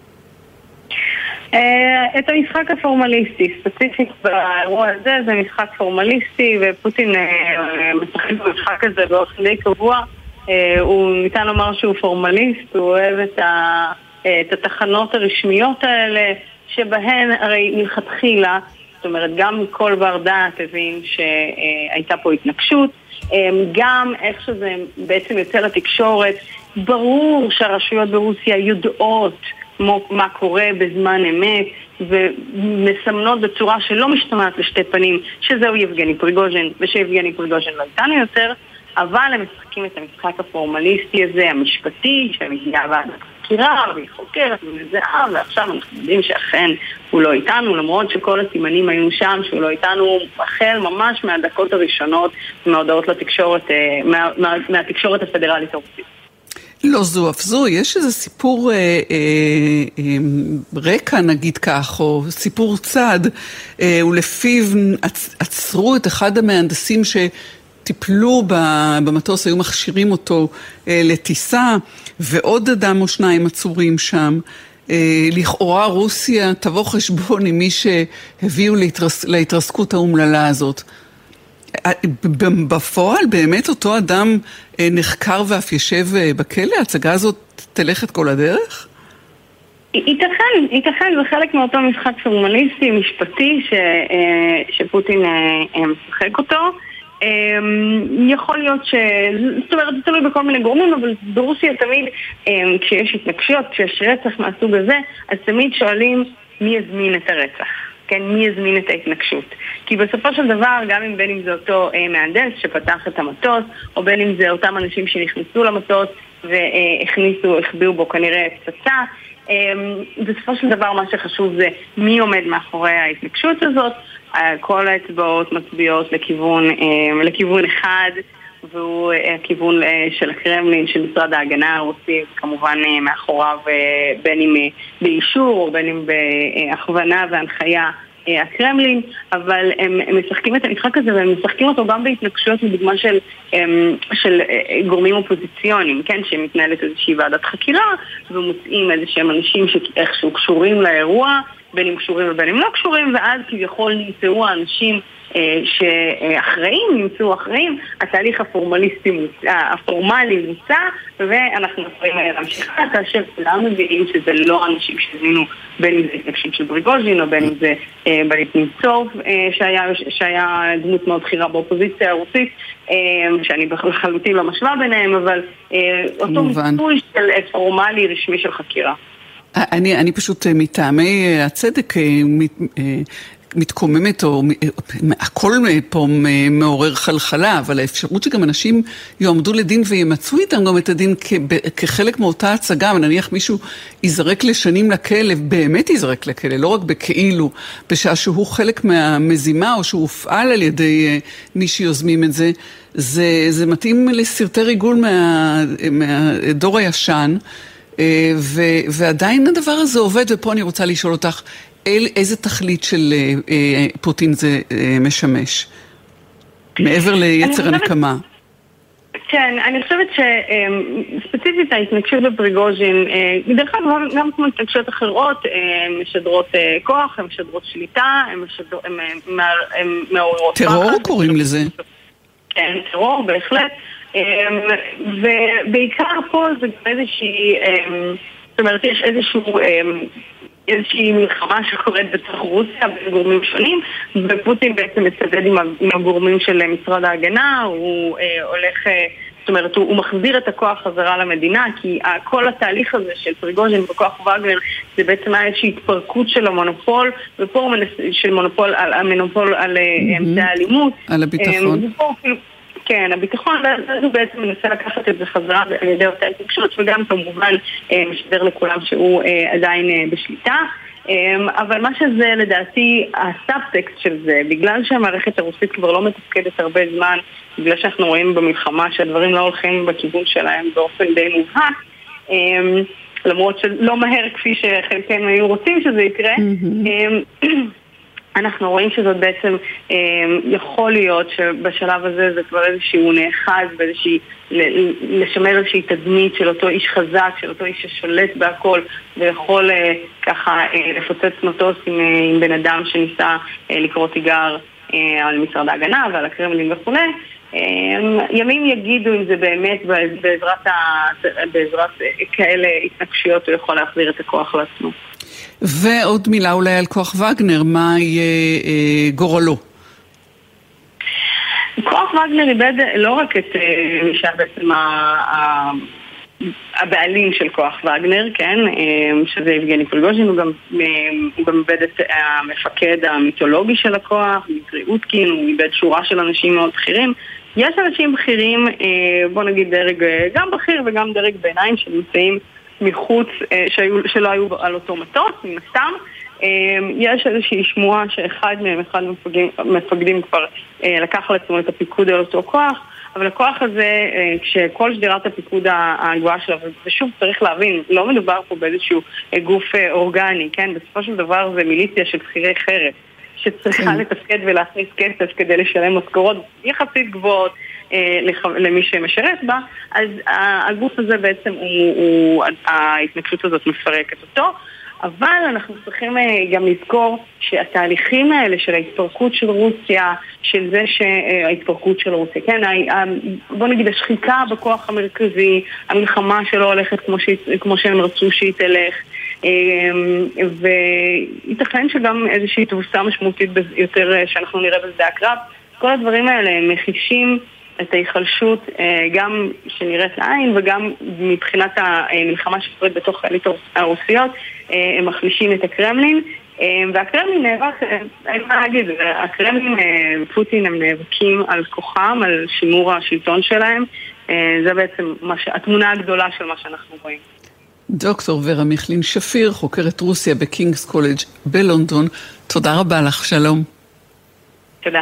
את המשחק הפורמליסטי, ספציפית באירוע הזה, זה משחק פורמליסטי, ופוטין משחק במשחק הזה באופן די קבוע. הוא ניתן לומר שהוא פורמליסט, הוא אוהב את התחנות הרשמיות האלה, שבהן הרי מלכתחילה, זאת אומרת, גם כל בר דעת הבין שהייתה פה התנגשות, גם איך שזה בעצם יוצא לתקשורת, ברור שהרשויות ברוסיה יודעות מה קורה בזמן אמת, ומסמנות בצורה שלא משתמעת לשתי פנים, שזהו יבגני פריגוז'ין, ושיבגני פריגוז'ין לא איתנו יותר, אבל הם משחקים את המשחק הפורמליסטי הזה, המשפטי, שמגיעה ועדת חקירה, והיא חוקרת ומזהה, ועכשיו אנחנו יודעים שאכן הוא לא איתנו, למרות שכל הסימנים היו שם שהוא לא איתנו, החל ממש מהדקות הראשונות, מההודעות לתקשורת, מהתקשורת הפדרלית הרוסית. לא זו אף זו, יש איזה סיפור רקע נגיד כך, או סיפור צד, ולפיו עצרו את אחד המהנדסים שטיפלו במטוס, היו מכשירים אותו לטיסה, ועוד אדם או שניים עצורים שם. לכאורה רוסיה תבוא חשבון עם מי שהביאו להתרסקות האומללה הזאת. בפועל באמת אותו אדם נחקר ואף ישב בכלא? ההצגה הזאת תלך את כל הדרך? ייתכן, זה חלק מאותו משחק פורמליסטי, משפטי, שפוטין משחק אותו. יכול להיות זאת אומרת, זה תלוי בכל מיני גורמים, אבל ברוסיה תמיד, כשיש התנגשויות, כשיש רצח מהסוג הזה, אז תמיד שואלים מי יזמין את הרצח. כן, מי יזמין את ההתנגשות. כי בסופו של דבר, גם אם בין אם זה אותו מהנדס שפתח את המטוס, או בין אם זה אותם אנשים שנכנסו למטוס והחביאו בו כנראה פצצה, בסופו של דבר מה שחשוב זה מי עומד מאחורי ההתנגשות הזאת. כל האצבעות מצביעות לכיוון אחד, והוא הכיוון של הקרמלין, של משרד ההגנה הרוסי, כמובן מאחוריו בין אם באישור או בין אם בהכוונה והנחיה הקרמלין, אבל הם משחקים את המשחק הזה, והם משחקים אותו גם בהתנגשויות מדוגמה של גורמים אופוזיציוניים, כן, שמתנהלת איזושהי ועדת חקירה, ומוצאים איזשהם אנשים שאיכשהו קשורים לאירוע, בין אם קשורים ובין אם לא קשורים, ואז כביכול נמצאו האנשים שאחראים, נמצאו אחראים, התהליך הפורמלי מוצא, ואנחנו יכולים להמשיך כאשר כולם מבינים שזה לא אנשים שהזמינו, בין אם זה התנגשות של פריגוז'ין, או בין אם זה בליטניצוב, שהיה דמות מאוד בכירה באופוזיציה הרוסית, שאני בחלוטין לא משווה ביניהם, אבל אותו מיצוי של פורמלי רשמי של חקירה. אני פשוט מטעמי הצדק מתקוממת, או הכל פה מעורר חלחלה, אבל האפשרות שגם אנשים יועמדו לדין וימצאו איתם גם את הדין כחלק מאותה הצגה, ונניח מישהו יזרק לשנים לכלא, באמת יזרק לכלא, לא רק בכאילו, בשעה שהוא חלק מהמזימה, או שהוא הופעל על ידי מי שיוזמים את זה, זה מתאים לסרטי ריגול מהדור הישן, ועדיין הדבר הזה עובד, ופה אני רוצה לשאול אותך, איזה תכלית של פוטין זה משמש? מעבר ליצר הנקמה. כן, אני חושבת שספציפית ההתנגשות בפריגוז'ין, דרך אגב גם כמו התנגשויות אחרות, הן משדרות כוח, הן משדרות שליטה, הן מעוררות פחד. טרור קוראים לזה. כן, טרור, בהחלט. ובעיקר פה זה איזושהי, זאת אומרת, יש איזושהי מלחמה שקורית בתוך רוסיה בין גורמים שונים, ופוטין בעצם מצדד עם הגורמים של משרד ההגנה, הוא הולך, זאת אומרת, הוא מחזיר את הכוח חזרה למדינה, כי כל התהליך הזה של פריגוז'ין וכוח וגנר, זה בעצם היה איזושהי התפרקות של המונופול, ופה של מונופול על אמצעי האלימות. על הביטחון. כן, הביטחון, ואז הוא בעצם מנסה לקחת את זה חזרה על ידי אותה התנגשות, וגם כמובן משדר לכולם שהוא עדיין בשליטה. אבל מה שזה לדעתי הסאבטקסט של זה, בגלל שהמערכת הרוסית כבר לא מתפקדת הרבה זמן, בגלל שאנחנו רואים במלחמה שהדברים לא הולכים בכיוון שלהם באופן די מובהק, למרות שלא מהר כפי שחלקנו היו רוצים שזה יקרה. אנחנו רואים שזאת בעצם יכול להיות שבשלב הזה זה כבר איזשהו נאחז לשמר איזושהי תדמית של אותו איש חזק, של אותו איש ששולט בהכל ויכול ככה לפוצץ מטוס עם בן אדם שניסה לקרוא תיגר על משרד ההגנה ועל הקרמלין וכו'. ימים יגידו אם זה באמת בעזרת כאלה התנגשויות הוא יכול להחזיר את הכוח לעצמו. ועוד מילה אולי על כוח וגנר, מה יהיה גורלו? כוח וגנר איבד לא רק את מי שבעצם הבעלים של כוח וגנר, כן, שזה יבגני פריגוז'ין, הוא גם איבד את המפקד המיתולוגי של הכוח, דמיטרי אוטקין, הוא איבד שורה של אנשים מאוד בכירים. יש אנשים בכירים, בוא נגיד דרג גם בכיר וגם דרג ביניים שנמצאים מחוץ, שלא היו על אותו מטוס, מן הסתם. יש איזושהי שמועה שאחד מהם, אחד מפקדים כבר לקח לעצמו את הפיקוד על אותו כוח, אבל הכוח הזה, כשכל שדירת הפיקוד הגבוהה שלו, ושוב צריך להבין, לא מדובר פה באיזשהו גוף אורגני, כן? בסופו של דבר זה מיליציה של בחירי חרב, שצריכה לתפקד ולהכניס כסף כדי לשלם משכורות יחסית גבוהות למי שמשרת בה, אז הגוף הזה בעצם, ההתנגשות הזאת מפרקת אותו, אבל אנחנו צריכים גם לזכור שהתהליכים האלה של ההתפרקות של רוסיה, של זה שההתפרקות של רוסיה, כן, בוא נגיד השחיקה בכוח המרכזי, המלחמה שלא הולכת כמו שהם רצו שהיא תלך, וייתכן שגם איזושהי תבוסה משמעותית יותר שאנחנו נראה בשדה הקרב, כל הדברים האלה הם מחישים את ההיחלשות גם שנראית לעין וגם מבחינת המלחמה שפועלת בתוך האליטות הרוסיות, הם מחלישים את הקרמלין, והקרמלין נאבק, אין מה להגיד, הקרמלין ופוטין הם נאבקים על כוחם, על שימור השלטון שלהם, זה בעצם התמונה הגדולה של מה שאנחנו רואים. דוקטור ורה מיכלין שפיר, חוקרת רוסיה בקינגס קולג' בלונדון, תודה רבה לך, שלום. תודה.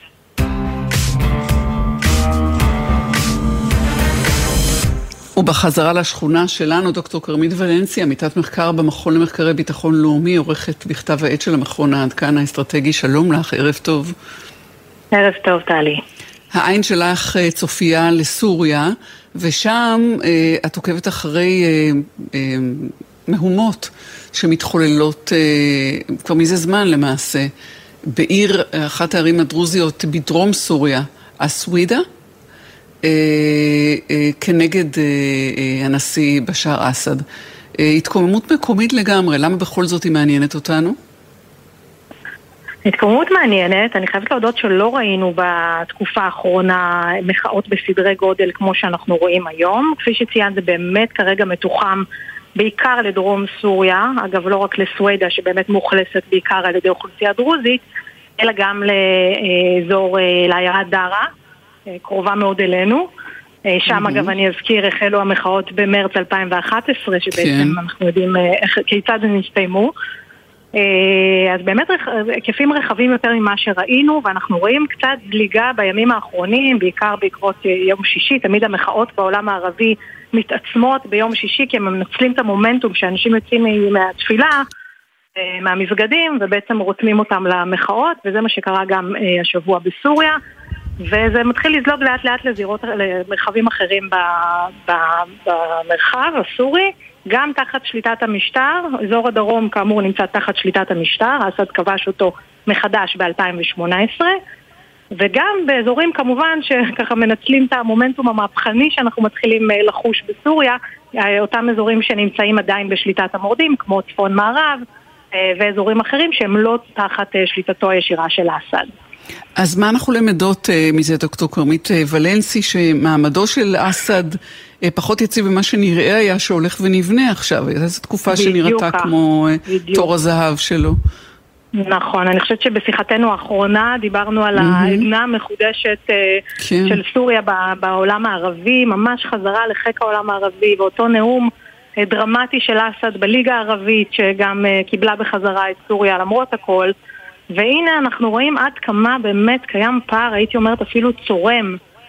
ובחזרה לשכונה שלנו, דוקטור כרמית ולנסי, עמיתת מחקר במכון למחקרי ביטחון לאומי, עורכת בכתב העת של המכון העד כאן האסטרטגי. שלום לך, ערב טוב. ערב טוב, טלי. העין שלך צופייה לסוריה, ושם את עוקבת אחרי מהומות שמתחוללות כבר מזה זמן למעשה, בעיר, אחת הערים הדרוזיות בדרום סוריה, אסווידה, כנגד הנשיא בשאר אסד. התקוממות מקומית לגמרי, למה בכל זאת היא מעניינת אותנו? התקוממות מעניינת, אני חייבת להודות שלא ראינו בתקופה האחרונה מחאות בסדרי גודל כמו שאנחנו רואים היום. כפי שציינת, זה באמת כרגע מתוחם בעיקר לדרום סוריה, אגב לא רק לסווידה שבאמת מוחלסת בעיקר על ידי אוכלוסייה דרוזית, אלא גם לאזור לעיירת דארה, קרובה מאוד אלינו. שם אגב אני אזכיר החלו המחאות במרץ 2011, שבעצם אנחנו יודעים כיצד הן הסתיימו. אז באמת היקפים רחבים יותר ממה שראינו, ואנחנו רואים קצת דליגה בימים האחרונים, בעיקר בעקבות יום שישי. תמיד המחאות בעולם הערבי מתעצמות ביום שישי, כי הם מנצלים את המומנטום שאנשים יוצאים מהתפילה, מהמסגדים, ובעצם רותמים אותם למחאות, וזה מה שקרה גם השבוע בסוריה, וזה מתחיל לזלוג לאט לאט למרחבים אחרים במרחב הסורי, גם תחת שליטת המשטר. אזור הדרום כאמור נמצא תחת שליטת המשטר, אסד כבש אותו מחדש ב-2018, וגם באזורים כמובן שככה מנצלים את המומנטום המהפכני שאנחנו מתחילים לחוש בסוריה, אותם אזורים שנמצאים עדיין בשליטת המורדים, כמו צפון מערב, ואזורים אחרים שהם לא תחת שליטתו הישירה של אסד. אז מה אנחנו למדות מזה, דוקטור כרמית ולנסי, שמעמדו של אסד פחות יציב במה שנראה היה שהולך ונבנה עכשיו? איזו תקופה שנראתה כמו תור הזהב שלו. נכון, אני חושבת שבשיחתנו האחרונה דיברנו על העדנה המחודשת של סוריה בעולם הערבי, ממש חזרה לחיק העולם הערבי, ואותו נאום דרמטי של אסד בליגה הערבית שגם קיבלה בחזרה את סוריה למרות הכל. והנה אנחנו רואים עד כמה באמת קיים פער, הייתי אומרת אפילו צורם,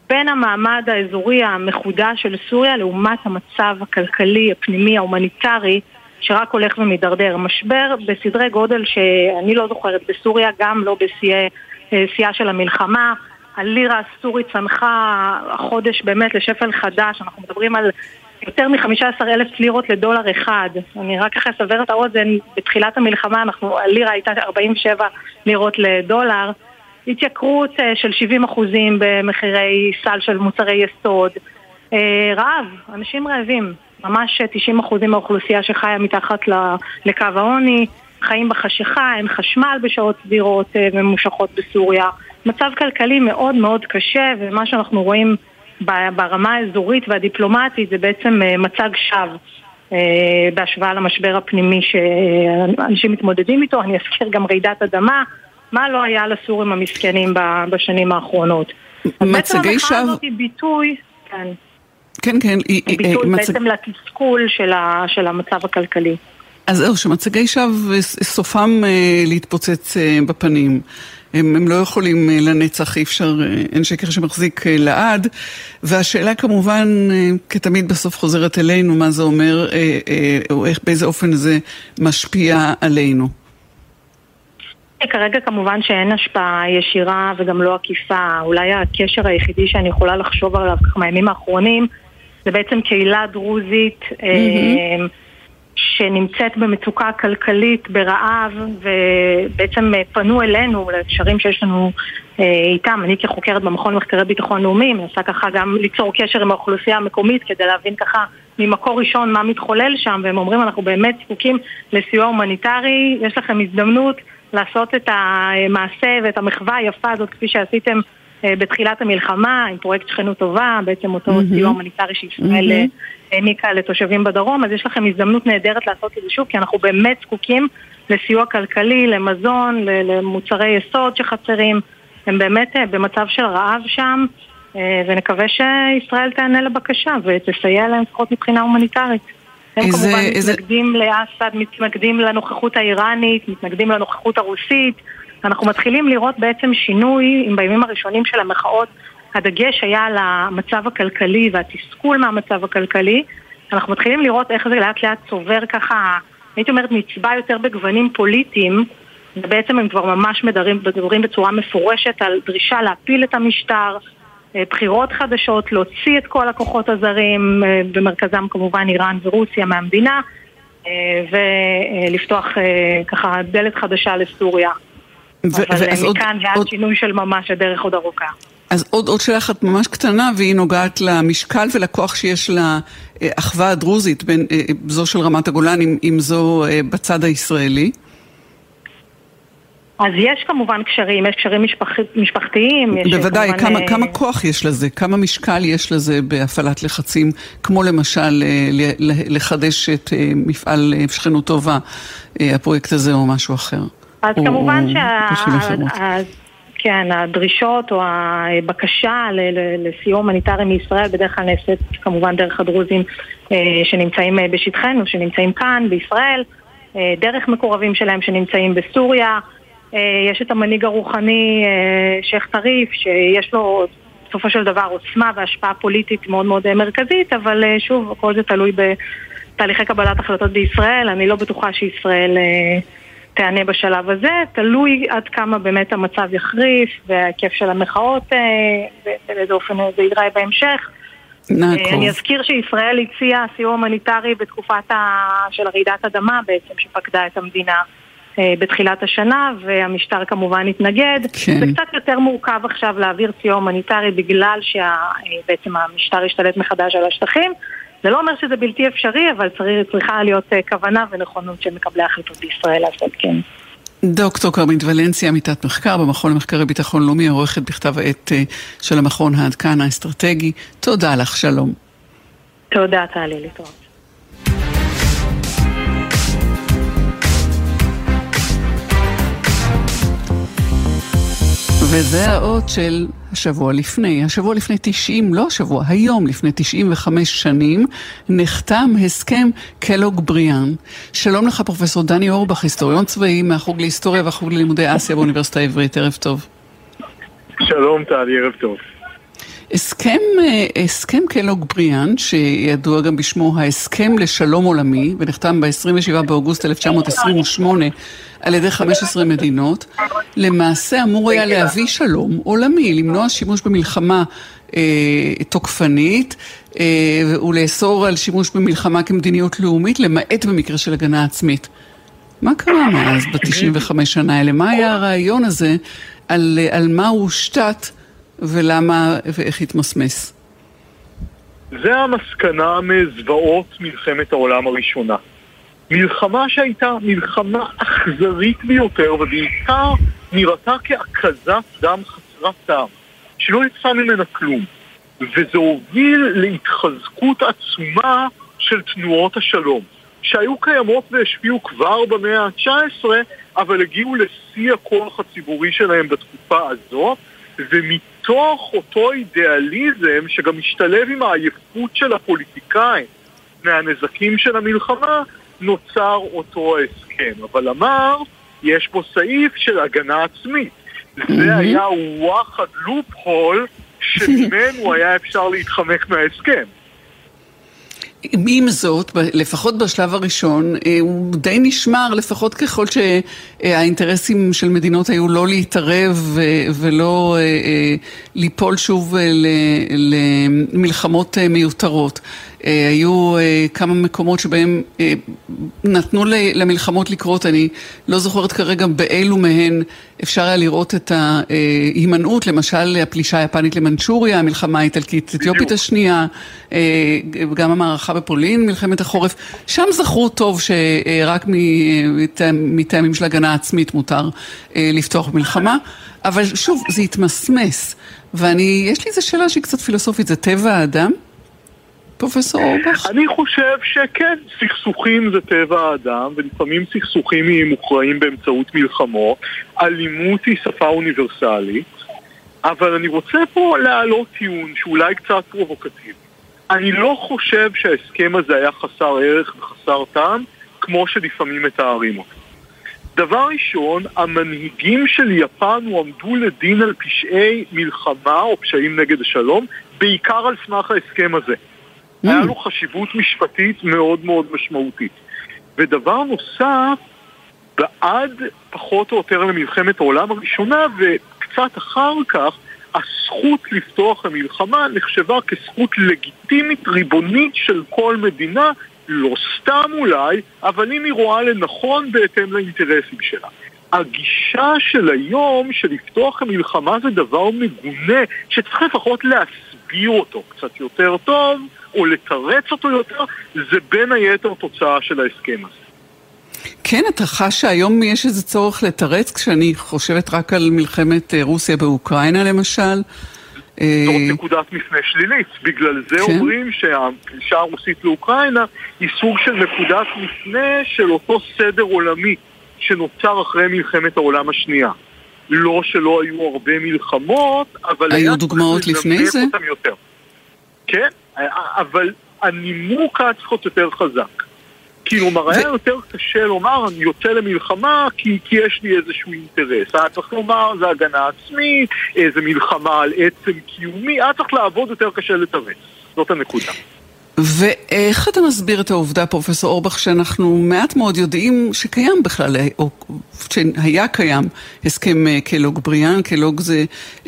בין המעמד האזורי המחודש של סוריה לעומת המצב הכלכלי, הפנימי, ההומניטרי, שרק הולך ומדרדר. משבר בסדרי גודל שאני לא זוכרת בסוריה, גם לא בשיאה של המלחמה. הלירה הסורית צנחה החודש באמת לשפל חדש, אנחנו מדברים על יותר מ-15,000 לירות לדולר אחד. אני רק אחרי סבר את האוזן, בתחילת המלחמה הלירה הייתה 47 לירות לדולר, התייקרות של 70% במחירי סל של מוצרי יסוד, רעב, אנשים רעבים, ממש 90% מהאוכלוסייה שחיה מתחת לקו העוני, חיים בחשיכה, אין חשמל בשעות סדירות וממושכות בסוריה, מצב כלכלי מאוד מאוד קשה, ומה שאנחנו רואים ברמה האזורית והדיפלומטית זה בעצם מצג שווא בהשוואה למשבר הפנימי שאנשים מתמודדים איתו. אני אזכיר גם רעידת אדמה, מה לא היה לסורים המסכנים בשנים האחרונות. מצגי שווא... המחאה הזאת היא ביטוי, כן. כן, כן. ביטוי בעצם לתסכול של המצב הכלכלי. אז זהו, שמצגי שווא סופם להתפוצץ בפנים. הם לא יכולים לנצח, אי אפשר, אין שקר שמחזיק לעד, והשאלה כמובן, כתמיד בסוף חוזרת אלינו, מה זה אומר, או איך, באיזה אופן זה משפיע עלינו. כרגע כמובן שאין השפעה ישירה וגם לא עקיפה, אולי הקשר היחידי שאני יכולה לחשוב עליו ככה מהימים האחרונים, זה בעצם קהילה דרוזית, שנמצאת במצוקה כלכלית, ברעב, ובעצם פנו אלינו לקשרים שיש לנו איתם. אני כחוקרת במכון מחקרי ביטחון לאומי, מנסה ככה גם ליצור קשר עם האוכלוסייה המקומית, כדי להבין ככה ממקור ראשון מה מתחולל שם, והם אומרים אנחנו באמת זקוקים לסיוע הומניטרי, יש לכם הזדמנות לעשות את המעשה ואת המחווה היפה הזאת כפי שעשיתם בתחילת המלחמה, עם פרויקט שכנות טובה, בעצם אותו סיוע הומניטרי שישראל העניקה לתושבים בדרום, אז יש לכם הזדמנות נהדרת לעשות את זה שוב, כי אנחנו באמת זקוקים לסיוע כלכלי, למזון, למוצרי יסוד שחסרים, הם באמת במצב של רעב שם, ונקווה שישראל תענה לבקשה ותסייע להם לפחות מבחינה הומניטרית. הם כמובן מתנגדים לאסד, מתנגדים לנוכחות האיראנית, מתנגדים לנוכחות הרוסית. אנחנו מתחילים לראות בעצם שינוי, אם בימים הראשונים של המחאות הדגש היה על המצב הכלכלי והתסכול מהמצב הכלכלי, אנחנו מתחילים לראות איך זה לאט לאט צובר ככה, הייתי אומרת נצבע יותר בגוונים פוליטיים, ובעצם הם כבר ממש מדברים בצורה מפורשת על דרישה להפיל את המשטר, בחירות חדשות, להוציא את כל הכוחות הזרים, במרכזם כמובן איראן ורוסיה מהמדינה, ולפתוח ככה דלת חדשה לסוריה. אבל מכאן ועד שינוי של ממש הדרך עוד ארוכה. אז עוד שאלה אחת ממש קטנה, והיא נוגעת למשקל ולכוח שיש לאחווה הדרוזית, בין זו של רמת הגולן עם זו בצד הישראלי. אז יש כמובן קשרים, יש קשרים משפחתיים. בוודאי, כמה כוח יש לזה, כמה משקל יש לזה בהפעלת לחצים, כמו למשל לחדש את מפעל שכנות טובה, הפרויקט הזה או משהו אחר. אז כמובן הדרישות או הבקשה לסיוע הומניטרי מישראל בדרך כלל נעשית כמובן דרך הדרוזים שנמצאים בשטחנו, שנמצאים כאן בישראל, דרך מקורבים שלהם שנמצאים בסוריה. יש את המנהיג הרוחני שייח טריף שיש לו בסופו של דבר עוצמה והשפעה פוליטית מאוד מאוד מרכזית, אבל שוב, כל זה תלוי בתהליכי קבלת החלטות בישראל. אני לא בטוחה שישראל תענה בשלב הזה, תלוי עד כמה באמת המצב יחריף וההיקף של המחאות באיזה אופן זה ידרע בהמשך. אני אזכיר שישראל הציעה סיוע הומניטרי בתקופת של רעידת אדמה בעצם שפקדה את המדינה בתחילת השנה, והמשטר כמובן התנגד. זה קצת יותר מורכב עכשיו להעביר סיוע הומניטרי בגלל שבעצם המשטר השתלט מחדש על השטחים. זה לא אומר שזה בלתי אפשרי, אבל צריכה להיות כוונה ונכונות של מקבלי ההחלטות בישראל לעשות כן. דוקטור כרמית ולנסיה, עמיתת מחקר במכון למחקרי ביטחון לאומי, עורכת בכתב העת של המכון העדכן האסטרטגי. תודה לך, שלום. תודה, טלי, להתראות. וזה האות של השבוע לפני 90, לא השבוע, היום לפני 95 שנים, נחתם הסכם קלוג בריאן. שלום לך פרופסור דני אורבך, היסטוריון צבאי מהחוג להיסטוריה והחוג ללימודי אסיה באוניברסיטה העברית, ערב טוב. שלום טלי, ערב טוב. הסכם קלוג בריאן, שידוע גם בשמו ההסכם לשלום עולמי, ונחתם ב-27 באוגוסט 1928 על ידי 15 מדינות, למעשה אמור היה להביא שלום עולמי, למנוע שימוש במלחמה תוקפנית, ולאסור על שימוש במלחמה כמדיניות לאומית, למעט במקרה של הגנה עצמית. מה קרה מאז ב-95 שנה האלה? מה היה הרעיון הזה? על מה הוא הושתת ולמה ואיך התמסמס? זה המסקנה מזוועות מלחמת העולם הראשונה. מלחמה שהייתה מלחמה אכזרית ביותר, ובעיקר נראתה כהקזת דם חסרת טעם, שלא יצא ממנה כלום. וזה הוביל להתחזקות עצומה של תנועות השלום, שהיו קיימות והשפיעו כבר במאה ה-19, אבל הגיעו לשיא הכוח הציבורי שלהם בתקופה הזאת, ומתוך אותו אידיאליזם שגם משתלב עם העייפות של הפוליטיקאים מהנזקים של המלחמה, נוצר אותו ההסכם. אבל אמר, יש פה סעיף של הגנה עצמית. זה היה וואחד לופ-הול שממנו היה אפשר להתחמק מההסכם. עם זאת, לפחות בשלב הראשון, הוא די נשמר, לפחות ככל שהאינטרסים של מדינות היו לא להתערב ולא ליפול שוב למלחמות מיותרות. היו כמה מקומות שבהם נתנו למלחמות לקרות, אני לא זוכרת כרגע באילו מהן אפשר היה לראות את ההימנעות, למשל הפלישה היפנית למנצ'וריה, המלחמה האיטלקית אתיופית השנייה, גם המערכה בפולין, מלחמת החורף, שם זכרו טוב שרק מטעמים של הגנה עצמית מותר לפתוח מלחמה, אבל שוב, זה התמסמס, יש לי איזו שאלה שהיא קצת פילוסופית, זה טבע האדם? פרופסור אורבך? אני חושב שכן, סכסוכים זה טבע האדם, ולפעמים סכסוכים מוכרעים באמצעות מלחמות. אלימות היא שפה אוניברסלית, אבל אני רוצה פה להעלות טיעון שאולי קצת פרובוקטיבי. אני לא חושב שההסכם הזה היה חסר ערך וחסר טעם, כמו שלפעמים מתארים אותו. דבר ראשון, המנהיגים של יפן הועמדו לדין על פשעי מלחמה או פשעים נגד השלום, בעיקר על סמך ההסכם הזה. היה לו חשיבות משפטית מאוד מאוד משמעותית. ודבר נוסף, בעד פחות או יותר למלחמת העולם הראשונה, וקצת אחר כך, הזכות לפתוח המלחמה נחשבה כזכות לגיטימית ריבונית של כל מדינה, לא סתם אולי, אבל אם היא רואה לנכון בהתאם לאינטרסים שלה. הגישה של היום של לפתוח המלחמה זה דבר מגונה, שצריך לפחות להסביר אותו קצת יותר טוב, או לתרץ אותו יותר, זה בין היתר תוצאה של ההסכם הזה. כן, אתה חש שהיום יש איזה צורך לתרץ, כשאני חושבת רק על מלחמת רוסיה באוקראינה למשל? זאת נקודת מפנה שלילית. בגלל זה אומרים שהפלישה הרוסית לאוקראינה היא סוג של נקודת מפנה של אותו סדר עולמי שנוצר אחרי מלחמת העולם השנייה. לא שלא היו הרבה מלחמות, אבל היו דוגמאות לפני זה? כן, אבל הנימוק היה צריך יותר חזק. כאילו, היה יותר קשה לומר, אני יוצא למלחמה כי יש לי איזשהו אינטרס. היה צריך לומר, זה הגנה עצמית, זה מלחמה על עצם קיומי, היה צריך לעבוד יותר קשה לתרץ. זאת הנקודה. ואיך אתה מסביר את העובדה, פרופסור אורבך, שאנחנו מעט מאוד יודעים שקיים בכלל, או שהיה קיים הסכם קלוג בריאן? קלוג זה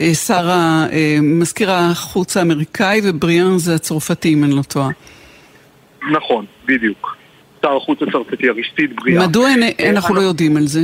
מזכיר החוץ האמריקאי, ובריאן זה הצרפתי, אם אני לא טועה. נכון, בדיוק. שר החוץ הצרפתי, אריסטיד בריאן. מדוע אנחנו לא יודעים על זה?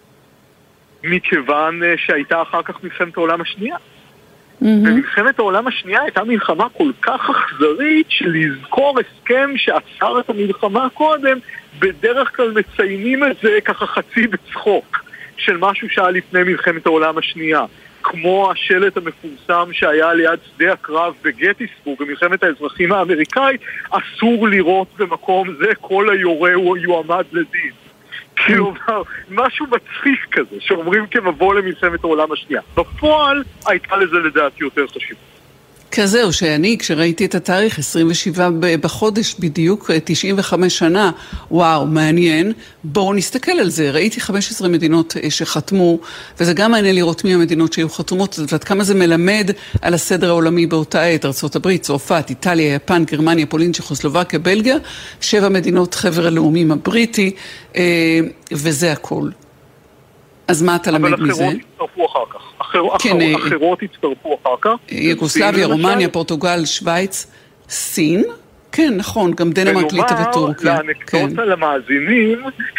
מכיוון שהייתה אחר כך מלחמת העולם השנייה. במלחמת העולם השנייה הייתה מלחמה כל כך אכזרית שלזכור הסכם שעצר את המלחמה קודם, בדרך כלל מציינים את זה ככה חצי בצחוק של משהו שהיה לפני מלחמת העולם השנייה, כמו השלט המפורסם שהיה ליד שדה הקרב בגטיסבורג במלחמת האזרחים האמריקאי, אסור לירות במקום זה, כל היורה הוא יועמד לדין. כאילו, משהו מצחיק כזה, שאומרים כמבוא למלחמת העולם השנייה. בפועל הייתה לזה לדעתי יותר חשיבות. כזהו, שאני כשראיתי את התאריך 27 בחודש בדיוק 95 שנה, וואו, מעניין, בואו נסתכל על זה. ראיתי 15 מדינות שחתמו, וזה גם מעניין לראות מי המדינות שהיו חתומות, ועד כמה זה מלמד על הסדר העולמי באותה עת, ארצות הברית, צרפת, איטליה, יפן, גרמניה, פולין, צ'כוסלובקיה, בלגיה, 7 מדינות חבר הלאומים הבריטי, וזה הכל. אז מה אתה למד מזה? אבל אחרות הצטרפו אחר כך. אחרות הצטרפו אחר כך. יוגוסלביה, רומניה, פורטוגל, שוויץ, סין. כן, נכון, גם דנמרק, ליטא וטורקיה. לאנקדוטה למאזינים,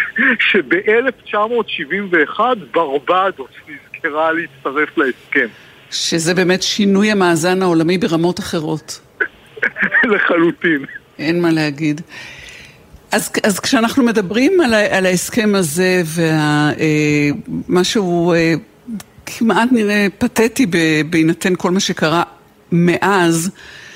שב-1971 ברבדוס נזכרה להצטרף להסכם. שזה באמת שינוי המאזן העולמי ברמות אחרות. לחלוטין. אין מה להגיד. אז כשאנחנו מדברים על ההסכם הזה, ומשהו כמעט נראה פתטי בהינתן כל מה שקרה מאז,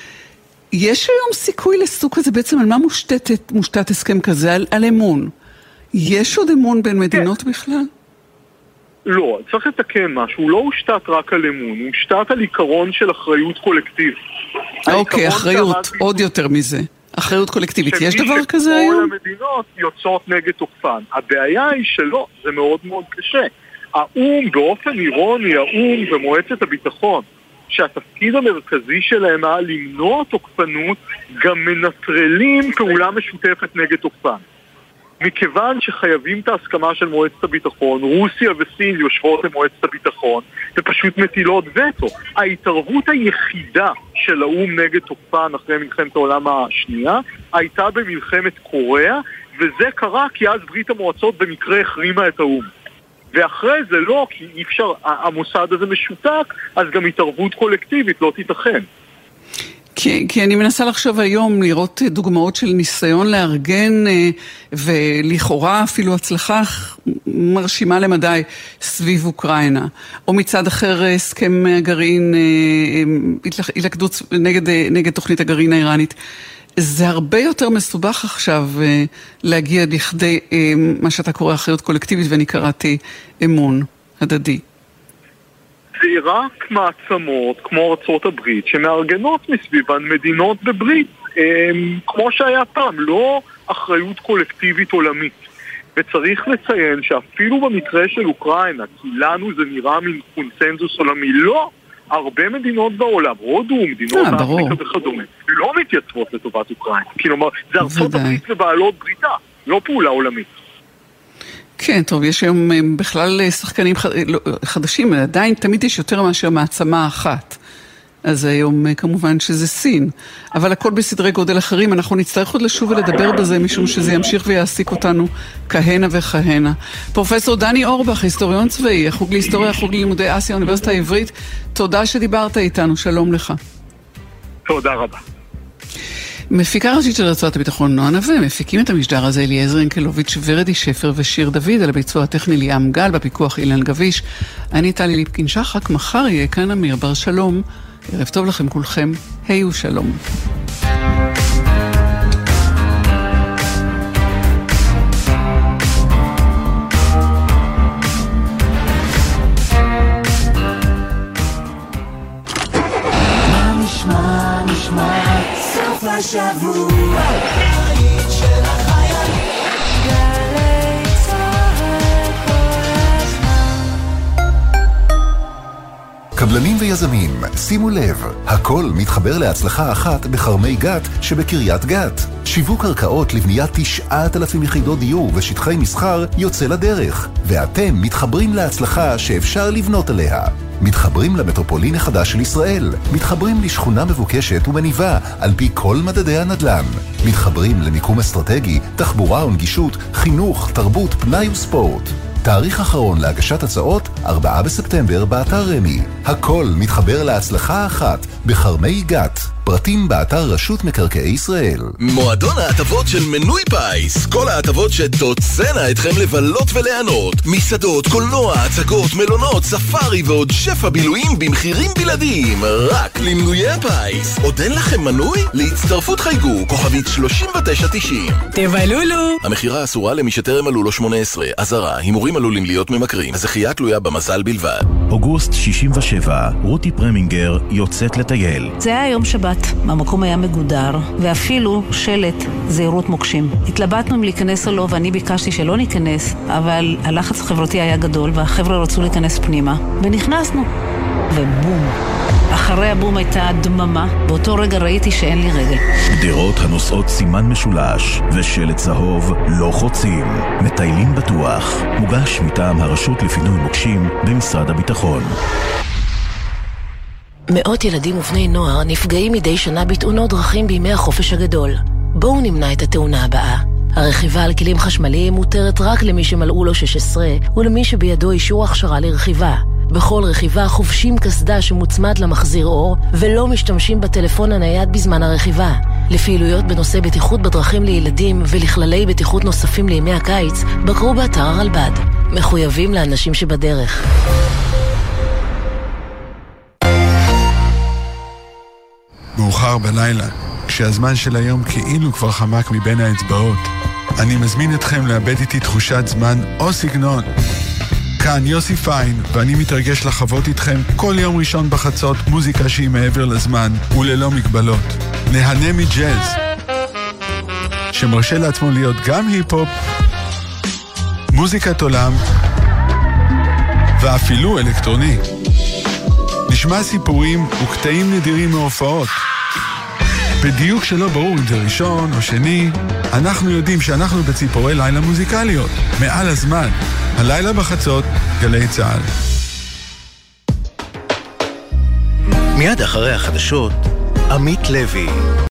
יש היום סיכוי לסוג כזה, בעצם על מה מושתת הסכם כזה? על אמון. יש עוד אמון בין מדינות בכלל? לא, צריך לתקן משהו, הוא לא הושתת רק על אמון, הוא הושתת על עיקרון של אחריות קולקטיבית. אוקיי, אחריות, עוד יותר מזה. אחריות קולקטיבית, יש דבר כזה היום? שכל המדינות יוצאות נגד תוקפן. הבעיה היא שלא, זה מאוד מאוד קשה. האום, באופן אירוני, האום ומועצת הביטחון, שהתפקיד המרכזי שלהם היה למנוע תוקפנות, גם מנטרלים פעולה משותפת נגד תוקפן. מכיוון שחייבים את ההסכמה של מועצת הביטחון, רוסיה וסין יושבות למועצת הביטחון, ופשוט מטילות וטו. ההתערבות היחידה של האום נגד תוקפן אחרי מלחמת העולם השנייה, הייתה במלחמת קוריאה, וזה קרה כי אז ברית המועצות במקרה החרימה את האום. ואחרי זה לא, כי אי אפשר, המוסד הזה משותק, אז גם התערבות קולקטיבית לא תיתכן. כי אני מנסה לחשוב היום, לראות דוגמאות של ניסיון לארגן, ולכאורה אפילו הצלחה מרשימה למדי סביב אוקראינה. או מצד אחר הסכם הגרעין, התלכדות נגד תוכנית הגרעין האיראנית. זה הרבה יותר מסובך עכשיו להגיע לכדי מה שאתה קורא אחריות קולקטיבית, ואני קראתי אמון הדדי. זה רק מעצמות כמו ארצות הברית שמארגנות מסביבן מדינות בברית, כמו שהיה פעם, לא אחריות קולקטיבית עולמית. וצריך לציין שאפילו במקרה של אוקראינה, כי לנו זה נראה מן קונסנזוס עולמי, לא, הרבה מדינות בעולם, הודו, מדינות אפריקה וכדומה, לא מתייצבות לטובת אוקראינה. כלומר, זה ארצות הברית ובעלות בריתה, לא פעולה עולמית. כן, טוב, יש היום בכלל שחקנים חדשים, עדיין תמיד יש יותר מאשר מעצמה אחת. אז היום כמובן שזה סין, אבל הכל בסדרי גודל אחרים. אנחנו נצטרך עוד לשוב ולדבר בזה, משום שזה ימשיך ויעסיק אותנו כהנה וכהנה. פרופסור דני אורבך, היסטוריון צבאי, החוג להיסטוריה, החוג ללימודי אסיה, האוניברסיטה העברית, תודה שדיברת איתנו, שלום לך. תודה רבה. מפיקה ראשית של רצועת הביטחון נועה נווה, מפיקים את המשדר הזה אליעזר אנקלוביץ' ורדי שפר ושיר דוד, על הביצוע הטכני ליאם גל, בפיקוח אילן גביש. אני טלי ליפקין שחק, מחר יהיה כאן אמיר בר שלום. ערב טוב לכם כולכם, היו שלום. נשמע סוף השבוע היית של החיילים גלי צהל כל הזמן. קבלנים ויזמים, שימו לב, הכל מתחבר להצלחה אחת בחרמי גת שבקריית גת. שיווק קרקעות לבניית 9,000 יחידות דיור ושטחי מסחר יוצא לדרך, ואתם מתחברים להצלחה שאפשר לבנות עליה. מתחברים למטרופולין החדש של ישראל, מתחברים לשכונה מבוקשת ומניבה על פי כל מדדי הנדל"ן, מתחברים למיקום אסטרטגי, תחבורה ונגישות, חינוך, תרבות, פנאי וספורט. תאריך אחרון להגשת הצעות 4 בספטמבר באתר רמי. הכל מתחבר להצלחה אחת בחרמי גת. פרטים באתר רשות מקרקעי ישראל. מועדון ההטבות של מנוי פיס. כל ההטבות שתוצאנה אתכם לבלות וליהנות. מסעדות, קולנוע, הצגות, מלונות, ספארי ועוד שפע בילויים במחירים בלעדיים. רק למנויי הפיס. עוד אין לכם מנוי? להצטרפות חייגו, כוכבית 3990. תבלולו. המחירה אסורה למי שטרם מלאו לו 18. אזהרה, הימורים עלולים להיות ממכרים. הזכייה תלויה במזל בלבד. אוגוסט 67, רותי פרמינגר יוצאת לטייל. זה היה יום שבת, המקום היה מגודר, ואפילו שלט זהירות מוקשים. התלבטנו אם להיכנס או לא, ואני ביקשתי שלא ניכנס, אבל הלחץ החברתי היה גדול, והחבר'ה רצו להיכנס פנימה, ונכנסנו. ובום. אחרי הבום הייתה דממה, באותו רגע ראיתי שאין לי רגל. גדרות הנושאות סימן משולש, ושלט צהוב לא חוצים. מטיילים בטוח. מוגש מטעם הרשות לפינוי מוקשים במשרד הביטחון. מאות ילדים ובני נוער נפגעים מדי שנה בתאונות דרכים בימי החופש הגדול. בואו נמנע את התאונה הבאה. הרכיבה על כלים חשמליים מותרת רק למי שמלאו לו 16 ולמי שבידו אישור הכשרה לרכיבה. בכל רכיבה חובשים קסדה שמוצמד למחזיר אור ולא משתמשים בטלפון הנייד בזמן הרכיבה. לפעילויות בנושא בטיחות בדרכים לילדים ולכללי בטיחות נוספים לימי הקיץ בקרו באתר הרלב"ד. מחויבים לאנשים שבדרך. מאוחר בלילה, כשהזמן של היום כאילו כבר חמק מבין האצבעות, אני מזמין אתכם לאבד איתי תחושת זמן או סגנון. כאן יוסי פיין, ואני מתרגש לחוות איתכם כל יום ראשון בחצות מוזיקה שהיא מעבר לזמן וללא מגבלות. נהנה מג'אז, שמרשה לעצמו להיות גם היפ-הופ, מוזיקת עולם, ואפילו אלקטרוני. נשמע סיפורים וקטעים נדירים מהופעות. בדיוק שלא ברור אם זה ראשון או שני, אנחנו יודעים שאנחנו בציפורי לילה מוזיקליות. מעל הזמן, הלילה בחצות, גלי צהל. מיד אחרי החדשות, עמית לוי.